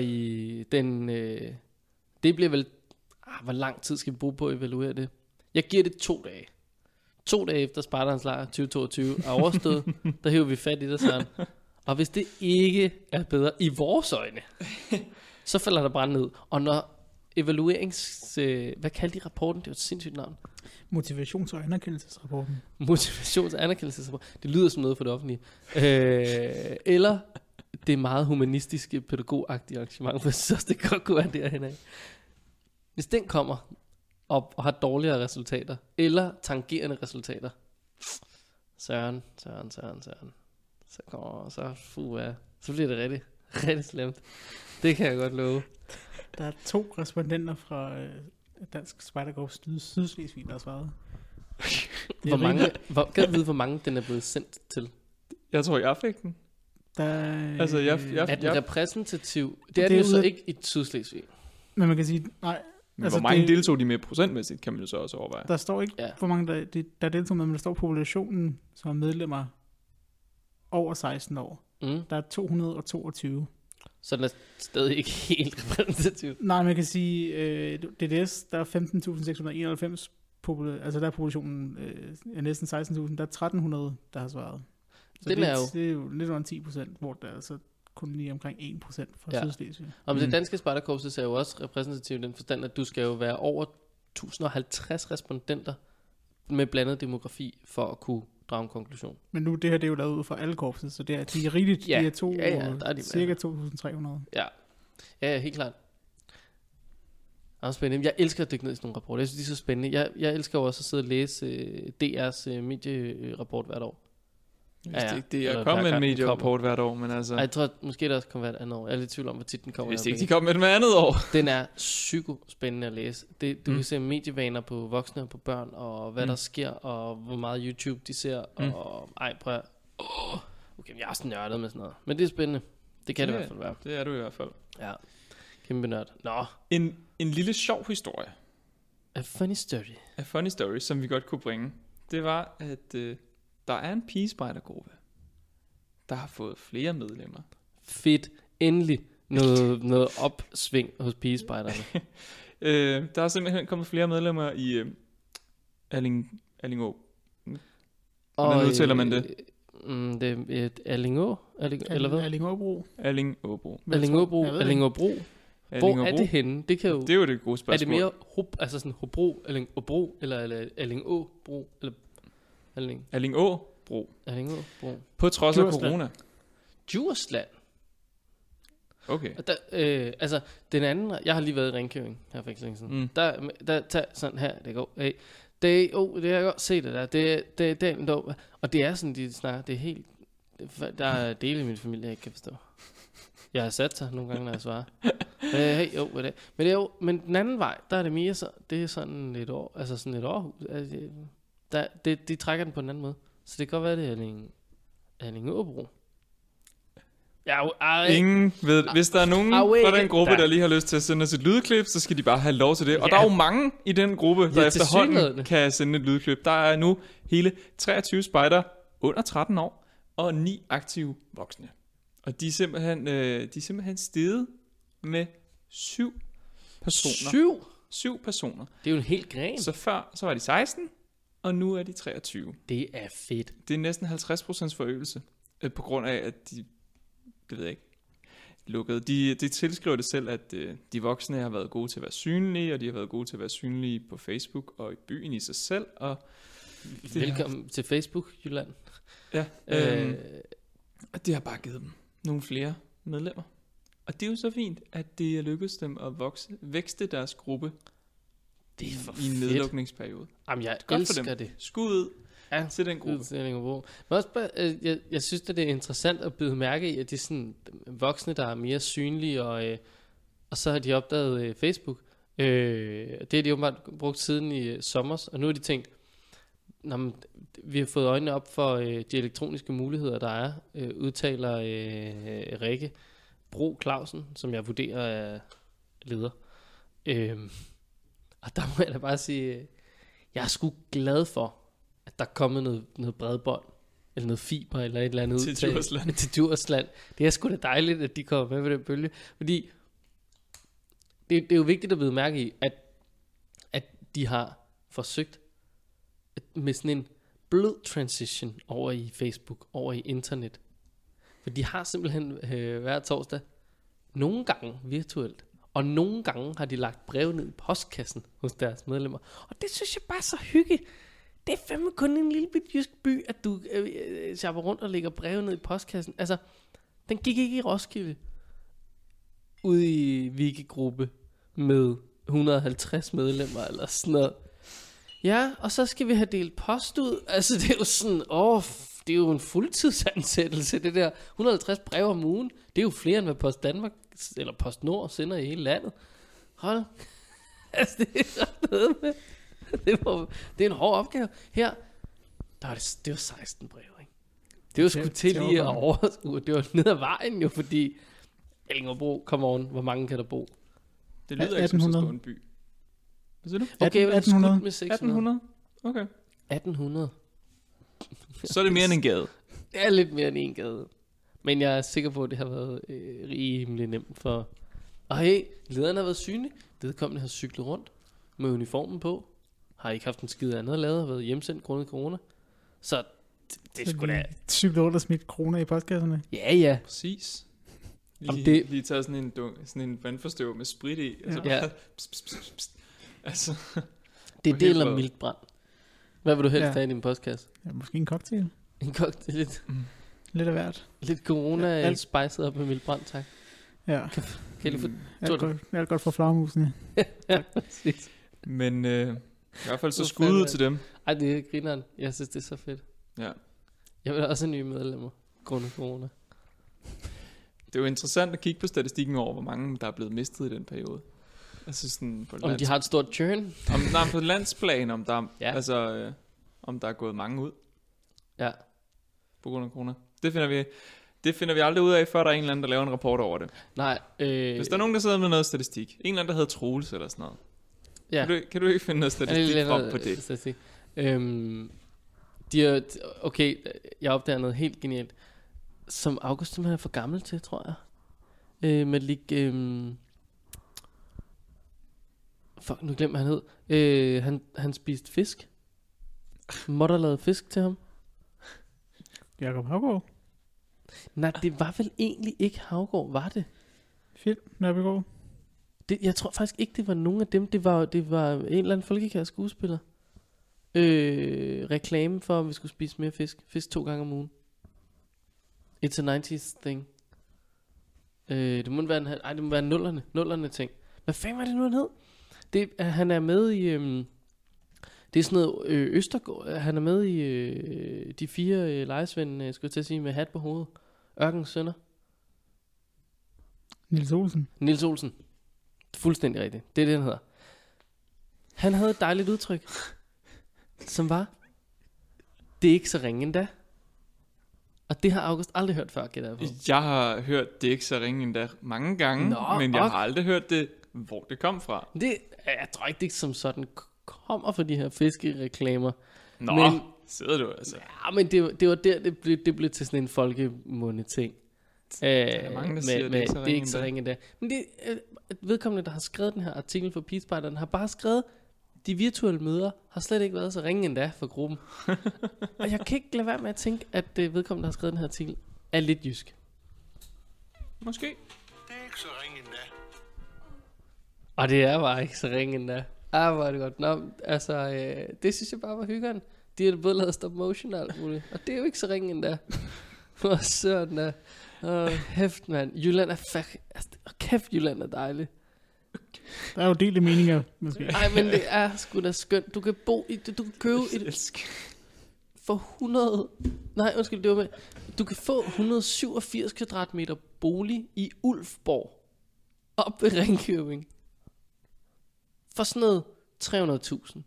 det bliver vel... hvor lang tid skal vi bruge på at evaluere det? Jeg giver det 2 dage. 2 dage efter Spejdernes Lejr 2022 er overstået, der hiver vi fat i det, Søren. Og hvis det ikke er bedre i vores øjne, så falder der brand ned. Og når hvad kaldte de rapporten? Det var et sindssygt navn. Motivations- og anerkendelsesrapporten. Motivations- og anerkendelsesrapport. Det lyder som noget for det offentlige. Eller det meget humanistiske, pædagogagtige arrangement, for jeg synes også, det godt kunne være derhen af. Hvis den kommer op og har dårligere resultater, eller tangerende resultater, Søren, så kommer så bliver det rigtig, rigtig slemt. Det kan jeg godt love. Der er 2 respondenter fra Dansk Spejderkorps Sydslesvig, der har svaret. Kan du vide, hvor mange den er blevet sendt til? Jeg tror, jeg fik den. Altså, Er den repræsentativ? Det er det jo så ikke i Sydslesvig. Men man kan sige, nej. Men Altså, hvor mange det- deltog de med procentmæssigt, kan man jo så også overveje. Der står ikke, hvor mange der deltog med, men der står populationen, som er medlemmer over 16 år. Der er 222. Så den er stadig ikke helt repræsentativ. Nej, man kan sige, DDS, der er 15.691 altså der er populationen er næsten 16.000. Der er 1.300, der har svaret. Så Den det, er jo- det er jo lidt under 10%, hvor der er altså kun lige omkring 1% fra Sydslesvig. Og det danske spejderkorps er jo også repræsentativt i den forstand, at du skal jo være over 1050 respondenter med blandet demografi for at kunne drage en konklusion. Men nu, det her det er jo lavet ud fra alle korpset, så det er, de er rigeligt, Ja. de er to, Ja, der er de cirka 2.300. Ja, helt klart. Det er spændende. Jeg elsker at dykke ned i sådan nogle rapporter. Jeg synes, de er så spændende. Jeg elsker jo også at sidde og læse DR's medierapport hvert år. Det er Eller kommet hver en gang den medierapport hvert år, men altså... Ej, jeg tror måske der også kommer hvert andet år. Jeg er lidt i tvivl om, hvor tit den kommer. Hvis ikke de kommer med den hver andet år. Den er psykospændende at læse. Du kan se medievaner på voksne og på børn, og hvad der sker, og hvor meget YouTube de ser, og prøv at... Okay, jeg er også nørdet med sådan noget. Men det er spændende. Det kan det i hvert fald være. Det er du i hvert fald. Ja, kæmpe nørd. Nå. En lille sjov historie. A funny story, som vi godt kunne bringe. Det var, at der er en pigespejdergruppe, der har fået flere medlemmer. Fedt. Endelig noget opsving hos pigespejderne. Der er simpelthen kommet flere medlemmer i Allingå. Hvordan udtaler man det? Det er Allingå, eller hvad? Allingåbro. Allingåbro. Hvor er det henne? Det kan jo. Det er jo det gode spørgsmål. Er det mere altså sådan Hobro, Allingåbro eller Allingåbro eller Allingåbro. På trods af corona. Djursland. Okay. Og der, altså den anden, jeg har lige været i Ringkøbing her for ikke så længe siden. Der tager sådan her, det går. Hey, det er godt se det der. Det er og det er sådan de snakker, det er helt der er dele i min familie jeg ikke kan forstå. Jeg har sat sig nogle gange når jeg svarer. Men den anden vej, der er det mere så det er sådan et år, altså sådan et Aarhus. Altså, de trækker den på en anden måde. Så det kan godt være det er Allingåbro. Ingen ved det. Hvis der er nogen fra den gruppe, der lige har lyst til at sende os et lydklip, så skal de bare have lov til det. Og der er jo mange i den gruppe, der efterhånden kan sende et lydklip. Der er nu hele 23 spejder under 13 år og 9 aktive voksne. Og de er simpelthen steget med 7 personer. 7 personer. Det er jo en helt gren. Så før så var de 16, og nu er de 23. Det er fedt. Det er næsten 50% forøgelse, på grund af, at de, det ved jeg ikke, lukkede. De tilskriver det selv, at de voksne har været gode til at være synlige, og de har været gode til at være synlige på Facebook og i byen i sig selv, og Velkommen til Facebook, Jylland. Ja, og det har bare givet dem nogle flere medlemmer. Og det er jo så fint, at det er lykkedes dem at vækste deres gruppe Det er for i en nedlukningsperiode. Jamen, jeg Godt for elsker dem. det. Skud ud Ja, til den gruppe. Men også bare, jeg synes, at det er interessant at bide mærke i, at de sådan voksne, der er mere synlige, og så har de opdaget Facebook. Det har de jo bare brugt siden i sommers, og nu har de tænkt, vi har fået øjnene op for de elektroniske muligheder, der er, udtaler Rikke Bro Clausen, som jeg vurderer er leder. Og der må jeg da bare sige, jeg er sgu glad for, at der er kommet noget bredbånd, eller noget fiber, eller et eller andet Til Djursland. til Djursland. Det er sgu da dejligt, at de kommer med på den bølge, fordi det er jo vigtigt at vide mærke i, at de har forsøgt med sådan en blød transition over i Facebook, over i internet. For de har simpelthen hver torsdag, nogle gange virtuelt, og nogle gange har de lagt breve ned i postkassen hos deres medlemmer. Og det synes jeg bare er så hyggeligt. Det er fandme kun en lille bit jysk by, at du shopper rundt og lægger breve ned i postkassen. Altså, den gik ikke i Roskilde. Ude i Wiki-gruppe med 150 medlemmer eller sådan noget. Ja, og så skal vi have delt post ud. Altså, det er jo sådan, det er jo en fuldtidsansættelse, det der. 150 breve om ugen. Det er jo flere, end hvad Post Danmark eller Post Nord sender i hele landet. Hold. Altså, det er noget med. Det er en hård opgave. Her, det var 16 breve, ikke? Det var sgu til lige at overskue. Det var ned ad vejen jo, fordi Ellingerbro, come on, hvor mange kan der bo? Det lyder ikke som så stor en by. Hvad siger du? Okay, 1800. Med 600. 1800? Okay. 1800. Så er det mere end en gade. Det er lidt mere end en gade. Men jeg er sikker på, at det har været rimelig nemt for... Og hey, lederen har været synlig. Vedkommende har cyklet rundt med uniformen på. Har ikke haft en skid andet at lave. Har været hjemsendt grundet corona. Så det er sgu da... Cyklet rundt og smidt kroner i postkasserne. Ja. Præcis. Det- Lige taget sådan en vandforstøver med sprit i. Og så Ja. bare, pst. Altså, Det er Helt det eller flot. miltbrand. Hvad vil du helst Ja. have i din postkasse? Ja, måske en cocktail. En cocktail, Lidt af hvert. lidt corona Alt- spicet op med miltbrand, tak. Ja. Kan jeg lige få... Alt godt for flagmusene. Præcis. men i hvert fald så Hvor skud ud fanden til dem. Ej, det er grineren. Jeg synes, det er så fedt. Ja. Jeg vil også have nye medlemmer. Grundet corona. Det er jo interessant at kigge på statistikken over, hvor mange der er blevet mistet i den periode. Altså sådan på, Om de har et stort churn? på landsplan, om der, Ja. altså, om der er gået mange ud Ja. på grund af corona. Det finder vi aldrig ud af, før der er en eller anden, der laver en rapport over det. Nej. Hvis der er nogen, der sidder med noget statistik, en eller anden, der hedder Troels eller sådan noget, Ja. kan du ikke finde noget statistik frem på det? Statistik. De er, okay, jeg opdager noget helt genialt. Som August simpelthen er for gammel til, tror jeg. Malik... fuck, nu glemmer han hed. Han spiste fisk. Måtte lavede fisk til ham. Jakob Havgaard. Nej, det var vel egentlig ikke Havgård, var det? Fedt, Nørbegaard. Jeg tror faktisk ikke, det var nogen af dem. Det var en eller anden folkekær skuespiller. Reklame for, at vi skulle spise mere fisk. Fisk 2 gange om ugen. It's a 90's thing. Det må være nullerne ting. Hvad fanden var det nu, han hed? Han er med i... det er sådan noget Østergaard. Han er med i de 4 lejesvende, skulle jeg til at sige, med hat på hovedet. Ørkens Sønner. Niels Olsen. Fuldstændig rigtigt. Det er det, han hedder. Han havde et dejligt udtryk, som var, det er ikke så ringe endda. Og det har August aldrig hørt før, gætter jeg på. Jeg har hørt det ikke så ringe endda mange gange, men jeg har aldrig hørt det, hvor det kom fra. Jeg tror ikke, det som sådan kommer fra de her fiskereklamer. Nå, men, sidder du altså. Ja, men det var der, det blev til sådan en folkemunde ting. Der er mange, der siger, det er ikke så ringe endda. Men det vedkommende, der har skrevet den her artikel for Peacepartneren, har bare skrevet, de virtuelle møder har slet ikke været så ringe endda for gruppen. Og jeg kan ikke lade være med at tænke, at vedkommende, der har skrevet den her artikel, er lidt jysk. Måske. Det er ikke så ringe endda. Og det er bare ikke så ringe endda. Hvor er det godt. Nå, altså, det synes jeg bare var hyggeren. De har både lavet stop motion og alt muligt. Og det er jo ikke så ringe endda. Hvor søren da. Hæft, mand. Jylland er kæft, Jylland er dejligt. Der er jo delte meninger, måske. Nej, men det er sgu da skønt. Du kan bo i det. Du kan købe et for 100... Nej, undskyld, det var med. Du kan få 187 kvadratmeter bolig i Ulfborg. Op ved Ringkøbing. For sådan noget 300.000.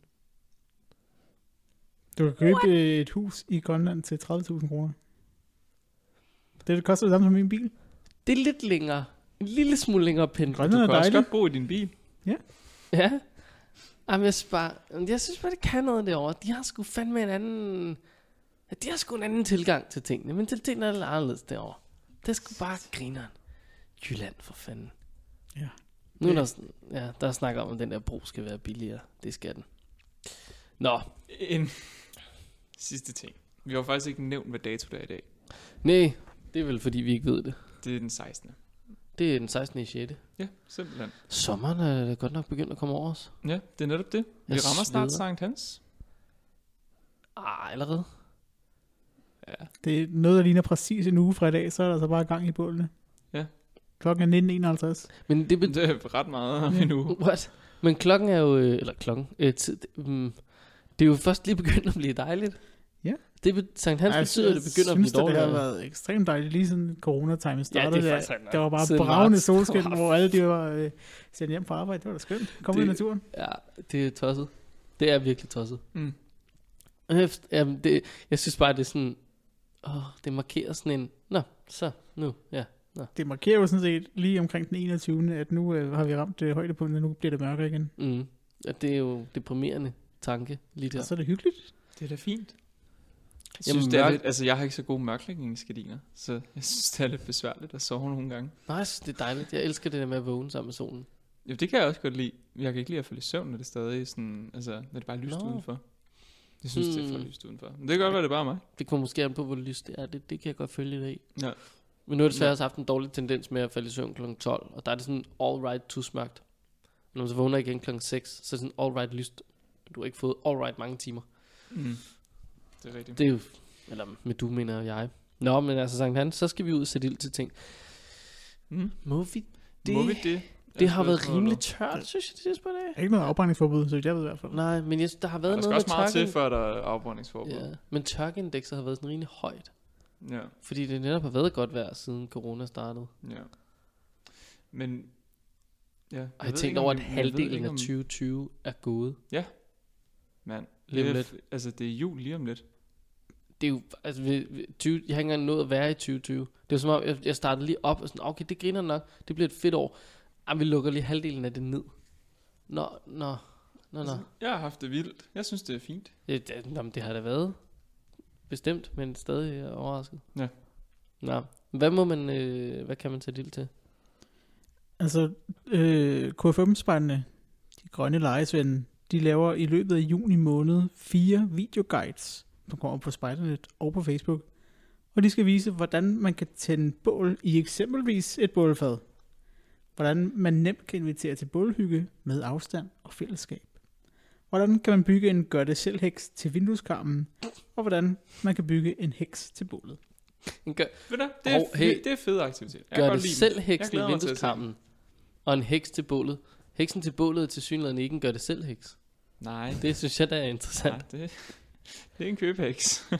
Du kan købe et hus i Grønland til 30.000 kroner. Det koster det samme som min bil. Det er lidt længere. En lille smule længere pendle. Grønland Du er kan også dejligt. godt bo i din bil. Ja. Jamen, jeg synes bare, det kan noget derovre. De har sgu fandme en anden... De har sgu en anden tilgang til tingene. Mentaliteten er lidt anderledes derovre. Det er sgu bare grineren. Jylland, for fanden. Ja. Nu er der, der snakker om, at den der bro skal være billigere. Det skal den. Nå. En sidste ting. Vi har faktisk ikke nævnt, hvad dato det er i dag. Nej, det er vel fordi, vi ikke ved det. Det er den 16. Det er den 16. i 6. Ja, simpelthen. Sommeren er godt nok begyndt at komme over os. Ja, det er netop det. Vi Jeg rammer snart sveder. Sankt Hans. Allerede. Ja. Det er noget, der ligner præcis en uge fra i dag, så er der altså bare gang i bålene. Ja. Klokken er 19.51. Men det Det er ret meget om en uge. What? Men klokken er jo... Eller klokken... det er jo først lige begyndt at blive dejligt. Ja. Sankt Hans betyder, at det begynder at blive Jeg synes, det har dårligt. været ekstremt dejligt, lige siden corona-timen startede. det er der, faktisk rigtig nok. der var bare Siden bravende marts. solskin, hvor alle de var sendt hjem fra arbejde. Det var da skønt. Kom ud i Det- naturen. Ja, det er tosset. Det er virkelig tosset. Mm. Jamen, jeg synes bare, det er sådan... det markerer sådan en... Nå, så, nu, ja. Det markerer jo sådan set lige omkring den 21. at nu har vi ramt højdepunktet, og nu bliver det mørkere igen. Mm. Ja, det er jo deprimerende tanke lige der. Og så er det hyggeligt. Det er da fint. Jeg Jamen, synes, det er mørk- lidt, altså jeg har ikke så gode mørklægningsgardiner, så jeg synes, det er lidt besværligt at sove nogle gange. Nej, jeg synes, det er dejligt. Jeg elsker det der med at vågne sammen med solen. Jo, det kan jeg også godt lide. Jeg kan ikke lide at falde i søvn, når det stadig er sådan, altså, når det bare er lyst Nå. udenfor. Jeg synes, det er for lyst udenfor. Men det kan godt være, det er bare mig. Det kommer måske an på, hvor lyst det er. Det kan jeg godt følge dig i. Ja. Men nu har jeg desværre også haft en dårlig tendens med at falde i søvn kl. 12. Og der er det sådan all right tusmørkt. Når man så vågner igen kl. 6, så er det sådan all right lyst. Du har ikke fået all right mange timer. Mm. Det er rigtigt. Det er jo... Eller med du, mener jeg. Nå, men altså Sankt Hans, så skal vi ud og sætte ild til ting. Mm. Må vi det? Må vi det? Det har været rimelig tørt, synes jeg, det sidste par dage. Ikke noget afbrændingsforbud, så vidt jeg ved i hvert fald. Nej, men der har været Der skal noget også med meget til, tørken. før der er afbrændingsforbud. Ja, men tørkeindekset har været sådan rimelig højt. Ja. Fordi det netop har været godt vejr, siden corona startede. Ja. Men... Ja, Og jeg tænkte over, at halvdelen af 2020 er gået. Mand, Lige om det er, lidt. altså det er jul lige om lidt. Det er jo, altså, jeg har ikke engang nået at være i 2020. Det er som om, jeg startede lige op og sådan, okay, det griner nok, det bliver et fedt år. Vi lukker lige halvdelen af det ned. Nå. Altså, jeg har haft det vildt. Jeg synes, det er fint. Det har da været. Bestemt, men stadig er jeg overrasket. Ja. Nå, hvad kan man tage del til? Altså, KFM-spejderne, de grønne lejesvende, de laver i løbet af juni måned 4 videoguides, som kommer på Spejdernet og på Facebook. Og de skal vise, hvordan man kan tænde bål i eksempelvis et bålfad. Hvordan man nemt kan invitere til bålhygge med afstand og fællesskab. Hvordan kan man bygge en gør-det-selv-heks til vindueskarmen. Og hvordan man kan bygge en heks til bålet. Ved du, det er, hey, det er fed aktivitet. Jeg kan Gør godt det lide selv dem. heksen Jeg i glæder mig til at se vindueskarmen. Og en heks til bålet. Heksen til bålet er tilsyneladende ikke en gør det selv heks. dem. Nej, Det synes jeg da er interessant. det er en købeheks.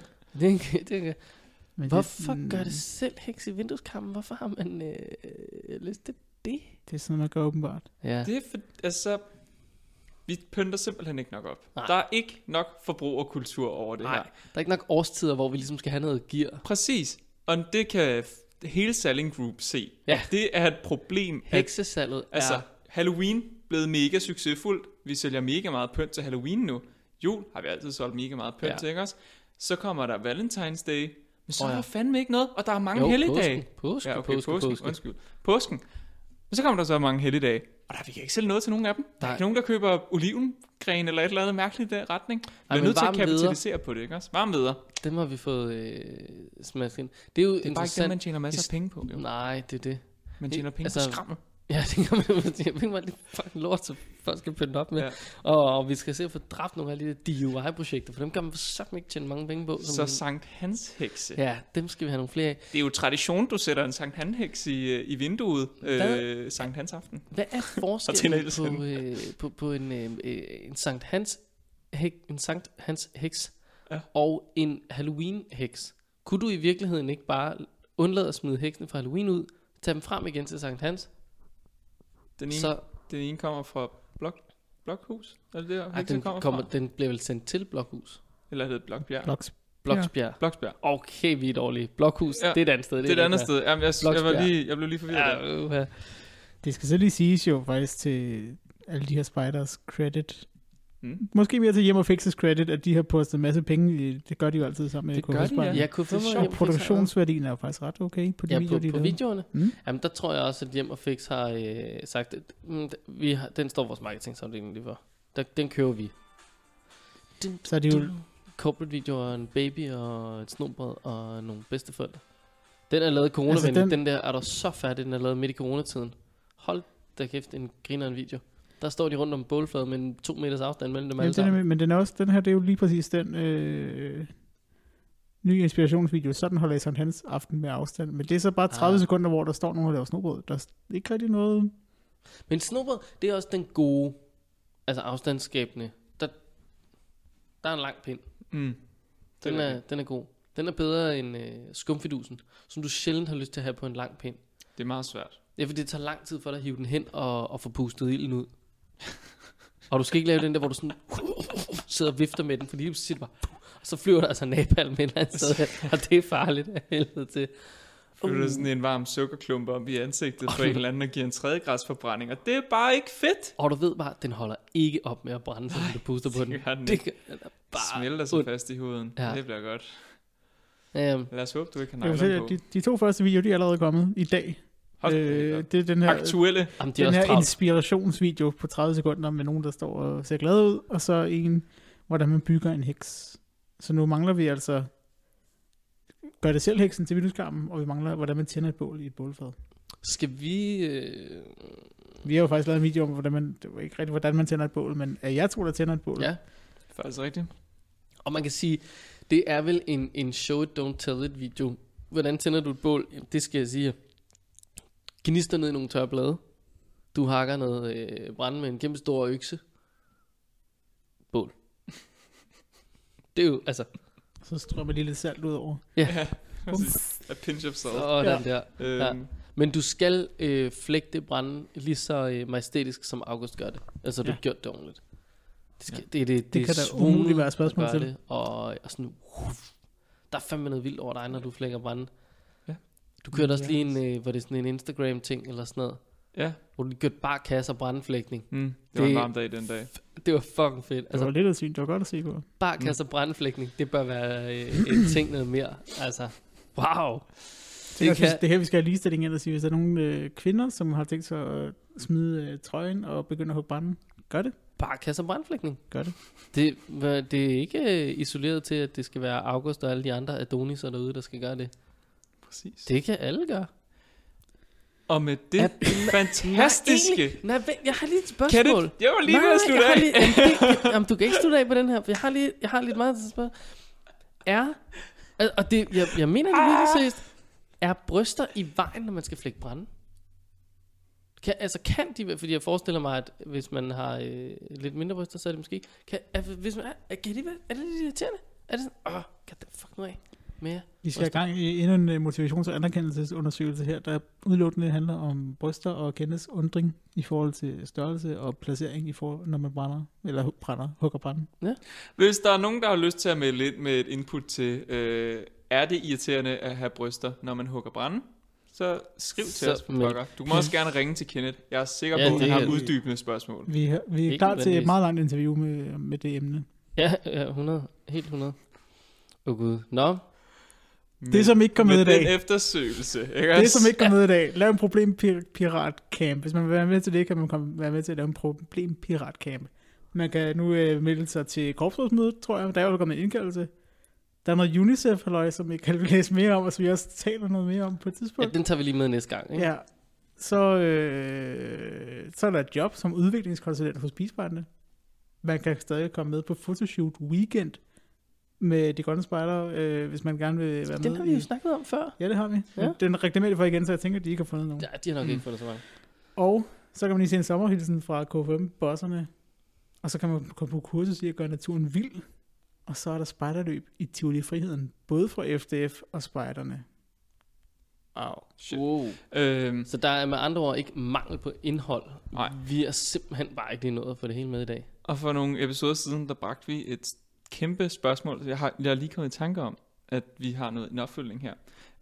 Men Hvorfor gør det selv heks i vindueskarmen? Hvorfor har man lyst til det? Det er sådan noget, man gør åbenbart. Ja. Det er for, altså, vi pynter simpelthen ikke nok op. Nej. Der er ikke nok forbrugerkultur over det Nej, her. der er ikke nok årstider, hvor vi ligesom skal have noget gear. Præcis. Og det kan hele Selling Group se. Ja. Det er et problem. At, Heksesalget altså, er... Halloween blevet mega succesfuldt. Vi sælger mega meget pynt til Halloween nu. Jul har vi altid solgt mega meget pynt til, ikke også? Så kommer der Valentine's Day. Men så er der fandme ikke noget. Og der er mange helligdage. Påsken. Ja, okay, påsken. Undskyld. Påsken. Men så kommer der så mange helligdage. Og vi kan ikke sælge noget til nogen af dem. Der er ikke nogen, der køber olivengren eller et eller andet mærkeligt i den retning. Vi er men nødt til at varme kapitalisere på det, ikke også? Varme videre. Dem har vi fået smasket ind. Det er jo Det er bare ikke det, man tjener masser af penge på. Jo. Nej, det er det. Man tjener penge Altså, på skrammel. Ja, det kan man jo sige. Jeg ved ikke, det fucking lort, så folk skal pynte op med. Ja. Og vi skal se at få dræbt nogle af de der DIY-projekter, for dem kan man så ikke tjene mange penge på. Så Sankt Hans hekse. Ja, dem skal vi have nogle flere af. Det er jo tradition, du sætter en Sankt Hans heks i vinduet Sankt Hans aften. Hvad er forskellen på en Sankt Hans heks og en Halloween heks? Kunne du i virkeligheden ikke bare undlade at smide heksene fra Halloween ud, tage dem frem igen til Sankt Hans? Den ene kommer fra Blokhus? Er det der, den bliver vel sendt til Blokhus? Eller er det Blokbjerg? Bloksbjerg. Okay, vi er dårlige. Blokhus, det er et andet sted. Det er et andet sted. Jamen, jeg blev lige forvirret der. Det skal så lige siges jo faktisk til alle de her spiders credit. Måske mere til Hjem og Fixes credit, at de har postet en masse penge. Det gør de jo altid sammen med KF Spider. Ja, og produktionsværdien er jo faktisk ret okay på de videoer, de på videoerne. Jamen, der tror jeg også, at Hjem og Fix har sagt, at den står vores marketingsafdeling lige for. Den kører vi. Så er det jo corporate videoer, en baby og et snobrød og nogle bedsteforældre. Den er lavet coronavenlig. Altså den der er der så færdig, den er lavet midt i coronatiden. Hold da kæft, en griner en video. Der står de rundt om bålfladen med 2 meters afstand mellem dem alle sammen. Men den her, det er jo lige præcis den nye inspirationsvideo. Sådan holder jeg Sankt Hans aften med afstand. Men det er så bare 30 sekunder, hvor der står nogen, der laver snobrød. Der er ikke rigtig noget. Men snobrød, det er også den gode, altså afstandsskabende. Der er en lang pind. Den er god. Den er bedre end skumfidusen, som du sjældent har lyst til at have på en lang pind. Det er meget svært. Ja, for det tager lang tid for dig at hive den hen og få pustet ilden ud. Og du skal ikke lave den der, hvor du sådan sidder og vifter med den, fordi så siger det bare, og så flyver der altså napalm et eller andet sted, og det er farligt af helvede til. Flyver der sådan en varm sukkerklump op i ansigtet på en eller anden, og giver en 3. grads forbrænding, og det er bare ikke fedt. Og du ved bare, den holder ikke op med at brænde, så du puster på den. Det smelter sig fast i huden. Ja. Det bliver godt. Lad os håbe, du ikke har negler på. De 2 første videoer, de er allerede kommet i dag. Det er den her aktuelle den her inspirationsvideo på 30 sekunder med nogen, der står og ser glade ud, og så en, hvordan man bygger en heks. Så nu mangler vi altså gør det selv heksen til vindueskarmen, og vi mangler, hvordan man tænder et bål i et bålfad. Skal vi... Vi har jo faktisk lavet en video om, det var ikke rigtigt, hvordan man tænder et bål, men jeg tror, der tænder et bål. Ja, det er faktisk rigtigt. Og man kan sige, det er vel en show it, don't tell it video. Hvordan tænder du et bål? Det skal jeg sige. Gnister ned i nogle tørre blade. Du hakker noget brænde med en kæmpe stor økse. Bål. Det er jo, altså... Så strømmer lige lidt salt ud over. Ja. A pinch of salt. Sådan der. Ja. Men du skal flække det brænde lige så majestætisk, som August gør det. Altså, du har gjort det ordentligt. Det kan da umuligt være et spørgsmål til. Det, og sådan, der er fandme noget vildt over dig, når du flækker brænde. Ja. Du kørte også lige en, hvor det er sådan en Instagram-ting, eller sådan noget. Ja. Hvor du kørte bare kasser brændeflækning. Det var en varm dag den dag. Det var fucking fedt. Altså, det var lidt af syn, det var godt at se på. Bare kasser brændeflækning, det bør være en ting noget mere. Altså, wow. Det her, vi skal have ligestilling ind og sige, hvis der er nogle kvinder, som har tænkt sig at smide trøjen og begynde at hugge branden, gør det. Bare kasser brændeflækning. Gør det. Det er ikke isoleret til, at det skal være August og alle de andre Adoniser derude, der skal gøre det. Præcis. Det kan alle gøre. Og med det fantastiske... Nej, jeg har lige et spørgsmål. Jeg var lige ved at slutte af. Jamen, du kan ikke slutte af på den her, for jeg har lidt meget til at spørge. Og det, jeg mener det virkelig seriøst. Er bryster i vejen, når man skal flække brænde? Kan de, fordi jeg forestiller mig, at hvis man har lidt mindre bryster, så er det måske... Kan det lidt irriterende? Er det sådan, kan det fuck nu af? Mere vi skal i gang i endnu en motivations- og anerkendelsesundersøgelse her, der udelukkende handler om bryster og kendes undring i forhold til størrelse og placering, når man hugger branden. Ja. Hvis der er nogen, der har lyst til at melde lidt med et input til, er det irriterende at have bryster, når man hugger branden? Så skriv til os. Du må også gerne ringe til Kenneth. Jeg er sikker på, at han har uddybende spørgsmål. Vi er klar til et meget langt interview med det emne. Ja, 100. Helt 100. Gud. Nå. Det som ikke kom med i dag. Den eftersøgelse. Det som ikke kom med i dag. Lav en problempiratcamp. Hvis man vil være med til det, kan man være med til at lave en problempiratcamp. Man kan nu melde sig til korpsrådsmødet, tror jeg. Der er jo kommet en indkaldelse. Der er noget UNICEF-halløj, som I kan læse mere om, og som vi også taler noget mere om på et tidspunkt. Ja, den tager vi lige med næste gang, ikke? Ja. så er der et job som udviklingskonsulent hos Peacepartner. Man kan stadig komme med på Photoshoot Weekend med de grønne spejdere, hvis man gerne vil være med. Den har vi jo snakket om før. Ja, det har vi. Ja. Den reklamerer for igen, så jeg tænker, at de ikke har fundet nogen. Ja, de har nok ikke fundet så mange. Og så kan man lige se en sommerhilsen fra KFM-bosserne. Og så kan man komme på kursus i at gøre naturen vild. Og så er der spejderløb i Tivoli Friheden, både fra FDF og spejderne. Wow. Shit. Wow. Øhm, Så der er med andre ord ikke mangel på indhold. Nej. Vi er simpelthen bare ikke lige nået at få det hele med i dag. og for nogle episoder siden, der bragte vi et kæmpe spørgsmål. Jeg har lige kommet i tanke om, at vi har en opfølgning her.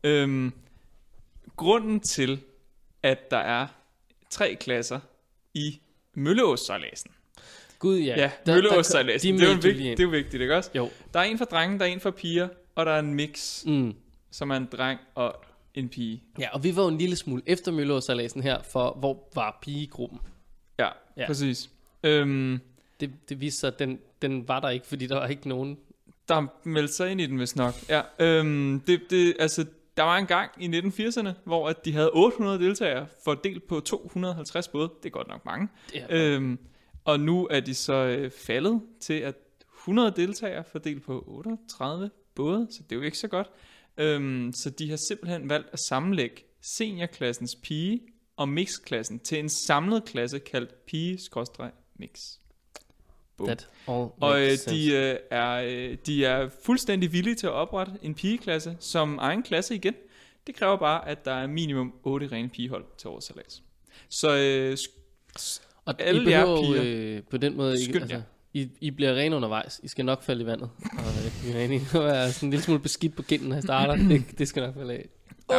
Grunden til, at der er 3 klasser i Mølleåssejladsen. Gud Ja, Mølleåssejladsen. de Det er jo meldte lige det er jo vigtigt, ikke også? Jo. Der er en for drenge, der er en for piger, og der er en mix, som er en dreng og en pige. Ja, og vi var jo en lille smule efter Mølleåssejladsen her, for hvor var pigegruppen? Ja, Ja. præcis. Det viste sig, at den var der ikke, fordi der var ikke nogen. Der meldte sig ind i den, vist nok. Ja, altså, der var en gang i 1980'erne, hvor at de havde 800 deltagere fordelt på 250 både. Det er godt nok mange. Og nu er de så faldet til, at 100 deltagere fordelt på 38 både, så det er jo ikke så godt. Så de har simpelthen valgt at sammenlægge seniorklassens pige og mixklassen til en samlet klasse kaldt pige-mix. That all Og makes sense. de er fuldstændig villige til at oprette en pigeklasse som egen klasse igen. Det kræver bare, at der er minimum 8 rene pigehold til årets sejlads. Så Og alle I behøver jer jo, piger, på den måde ikke, skynd altså, jer. I bliver rene undervejs. I skal nok falde i vandet. Og vi er enige at være sådan en lille smule beskidt på kinden, når jeg starter. Det skal nok falde af.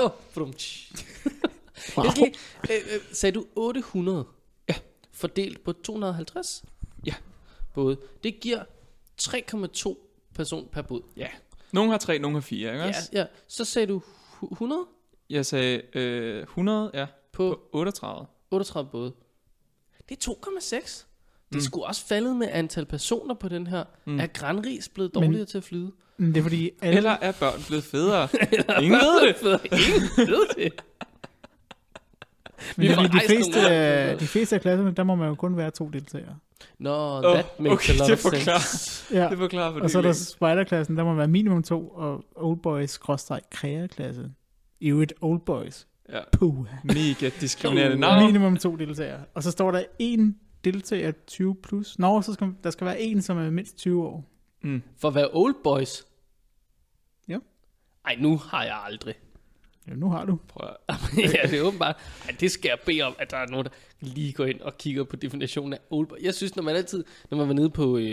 Wow. Sagde du 800? Ja. Fordelt på 250? Ja. Både. Det giver 3,2 person per båd. Ja. Nogle har 3, nogle har 4, ikke også? Ja. Så sagde du 100 Jeg sagde 100, ja, på 38. 38 både. Det er 2,6. Det er sgu også faldet med antal personer på den her. Er Granris blevet dårligere til at flyde? Men det er fordi alle, Eller er børn blevet federe? Ingen ved det. Ingen ved det. men det er får fordi rejst nogle de fleste af klasserne, der må man jo kun være 2 deltagere. No, that makes okay, a lot det of sense. forklarer. Ja. Det forklarer for Og så er der spejderklassen, der må være minimum 2, og oldboys-kreaklasse. I jo et oldboys. Ja. Puh. Mega diskriminerende navn. Minimum 2 deltagere. Og så står der 1 deltager 20 plus. Nå, så skal der skal være en, som er mindst 20 år. For at være old boys. Ja. Ej, nu har jeg aldrig. Ja, nu har du. Prøv at... Ja, det er åbenbart. Ej, det skal jeg bede om, at der er nogen, der lige går ind og kigger på definitionen af old boy. Jeg synes, når man var nede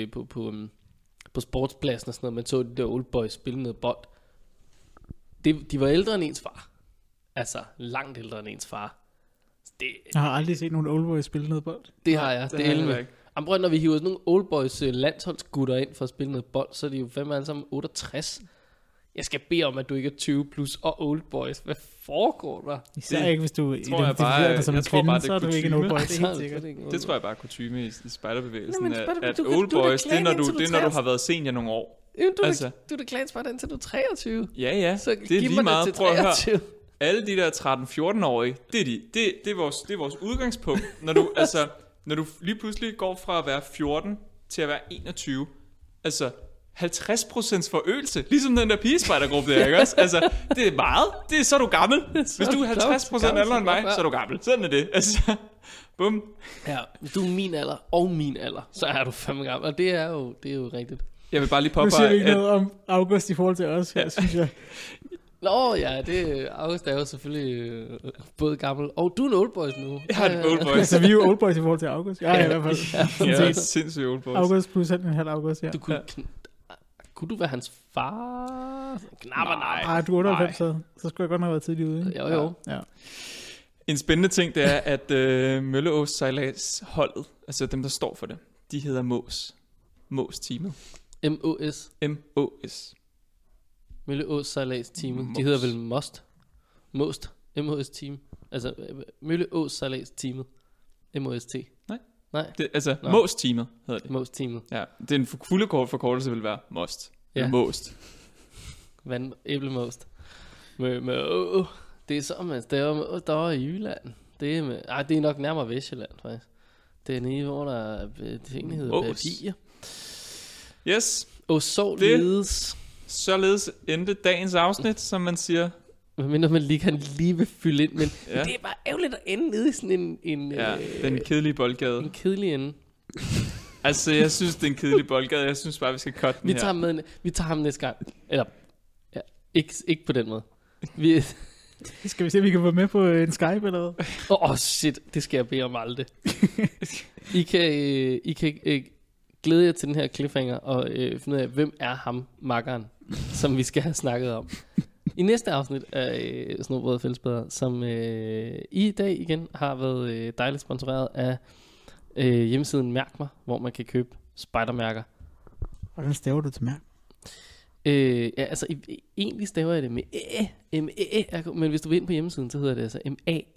på sportspladsen og sådan noget, man så de der old boys spille noget bold. De var ældre end ens far. Altså, langt ældre end ens far. Jeg har aldrig set nogen oldboys spille noget bold. Det har jeg. Det er har jeg helvede. ikke. Jamen, når vi hiver sådan nogle old boys landsholdsgutter ind for at spille noget bold, så er de jo fandme alle sammen 68. Jeg skal bede om, at du ikke er 20 plus og old boys. Hvad foregår der? Især Det ikke, hvis du tror jeg identificerer bare- dig som jeg en tror bare, kvinde, det så er er du ikke en kutyme. oldboy. Det er helt sikkert. Det tror jeg bare er kutyme i spejderbevægelsen. Nå, men at du kan- old du er da boys, det er, når klan, du, indtil det er, du når du er har været senior nogle år. Jamen, Altså. du er da klansfart indtil du er 23. Ja, Så det er giv lige mig det meget. til Prøv at høre. 23. Alle de der 13-14-årige, det er vores udgangspunkt. Når du lige pludselig går fra at være 14 til at være 21, altså 50% forøgelse, ligesom den der pigespejdergruppe der, ikke også? Altså, det er meget. Så er du gammel. Hvis du er 50% ældre end mig, så er du gammel. Sådan er det. Altså, bum. Ja, hvis du er min alder og min alder, så er du fandme gammel. Og det er jo rigtigt. Jeg vil bare lige Nu siger vi påpege, ikke noget om August i forhold til os her, synes jeg. Nå ja, August er jo selvfølgelig både gammel. Og du er en old boys nu. jeg har et old boys. Altså, vi er jo oldboys i forhold til August. Ja, i hvert fald. Jeg er Sådan set. sindssygt old boys. August plus en halv august, ja. Du kunne du være hans far? Knapper, nej. Ah, du er 98, så skulle jeg godt nok have været tidlig ude. Ikke? Jo. Ja. En spændende ting, det er, at Mølleås Sejlads holdet, altså dem, der står for det, de hedder MÅS. MÅS-teamet. MOS. M-O-S. Mølleås Sejlads teamet. Most. De hedder vel Most. MOS team. Altså Mølleås Sejlads teamet. MOST. Nej. Det, altså, Nå. MÅS-teamet hedder det. Most teamet. Ja, det er en fulde forkortelse vil være MOST. Ja. Ja. Most. Æblemost. Det er så, man staver med der i Jylland. det er nok nærmere Vestjylland, faktisk. Det er nede, hvor der er tingene hedder papir. Yes. Og således. Således endte dagens afsnit, som man siger. Men man lige vil fylde ind, men det er bare ærgerligt at ende nede i sådan en den kedelige boldgade. En kedelig ende. Altså, jeg synes, det er en kedelig boldgade. Jeg synes bare, vi skal cutte den her. Vi tager ham næste gang. Eller, ikke på den måde. Skal vi se, om vi kan være med på en Skype eller hvad? Shit, det skal jeg bede om aldrig. I kan glæde jer til den her cliffhanger og finde ud af, hvem er ham, makkeren, som vi skal have snakket om. I næste afsnit af Snobrød og Fællesbedre, som i dag igen har været dejligt sponsoreret af hjemmesiden Mærk Mig, hvor man kan købe spidermærker. Hvordan staver du til mærk? Egentlig staver jeg det med M-A-E-R-K, men hvis du vil ind på hjemmesiden, så hedder det altså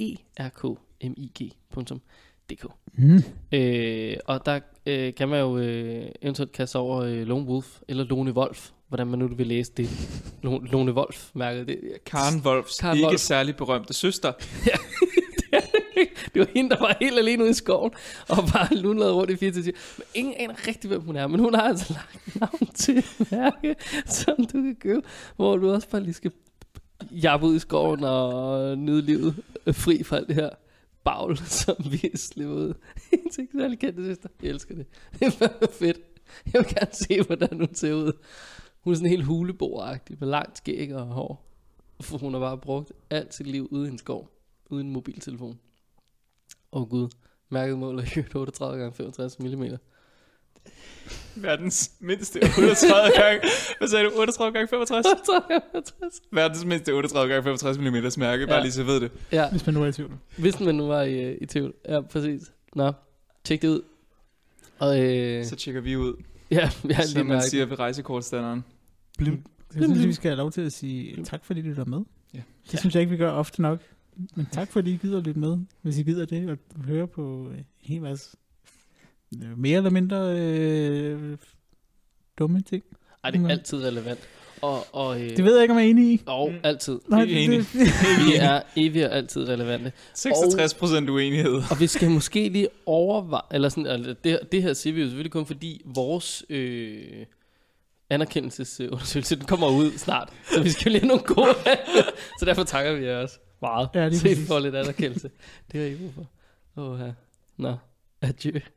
M-A-E-R-K-M-I-G.dk. Og der kan man jo eventuelt kaste over Lone Wolf eller Lone Wolf, hvordan man nu vil læse det. Lone Wolf-mærket. Karen Wolfs ikke særlig berømte søster. Det var hende, der var helt alene ude i skoven og bare lundede rundt i 24 timer. Men ingen aner rigtig, hvem hun er. Men hun har altså lagt navn til mærke, som du kan købe, hvor du også bare lige skal jappe ud i skoven og nyde livet fri fra alt det her bagl, som vi slipper ud. Hendes ikke særlig kendte søster. Jeg elsker det. Det er bare fedt. Jeg vil gerne se, hvordan hun ser ud. Hun er sådan helt huleboer-agtig med langt skæg og hår. For hun har bare brugt alt sit liv ude i en skov. Uden en mobiltelefon. Gud, mærket mål er 38 x 65 mm. Verdens mindste 38 gange. Hvad sagde du? 38 x 65? 38 x 65. Verdens mindste 38 x 65 mm mærke. Bare lige så ved det. Ja. Hvis man nu er i tvivl. Hvis man nu var i tvivl. Ja, præcis. Nå, tjek det ud. Og, så tjekker vi ud. Ja, jeg som man siger ved rejsekortstanderen. Jeg synes, vi skal have lov til at sige tak, fordi du lytter med. Ja. Det synes jeg ikke, vi gør ofte nok. Men tak, fordi I gider at lytte med. Hvis I gider det, og høre på en hel masse mere eller mindre dumme ting. Ej, det er altid relevant. Det ved jeg ikke, om jeg er enig i. Altid. Nej, ikke enig. Vi er evigt og altid relevante. 66% uenighed. Og vi skal måske lige overveje, eller sådan, altså det her siger vi jo selvfølgelig kun fordi vores anerkendelsesundersøgelse, den kommer ud snart. Så vi skal lige have nogle gode. Så derfor takker vi jer også meget. Ja, så I får lidt anerkendelse. Det er I brug for. Nå, adieu.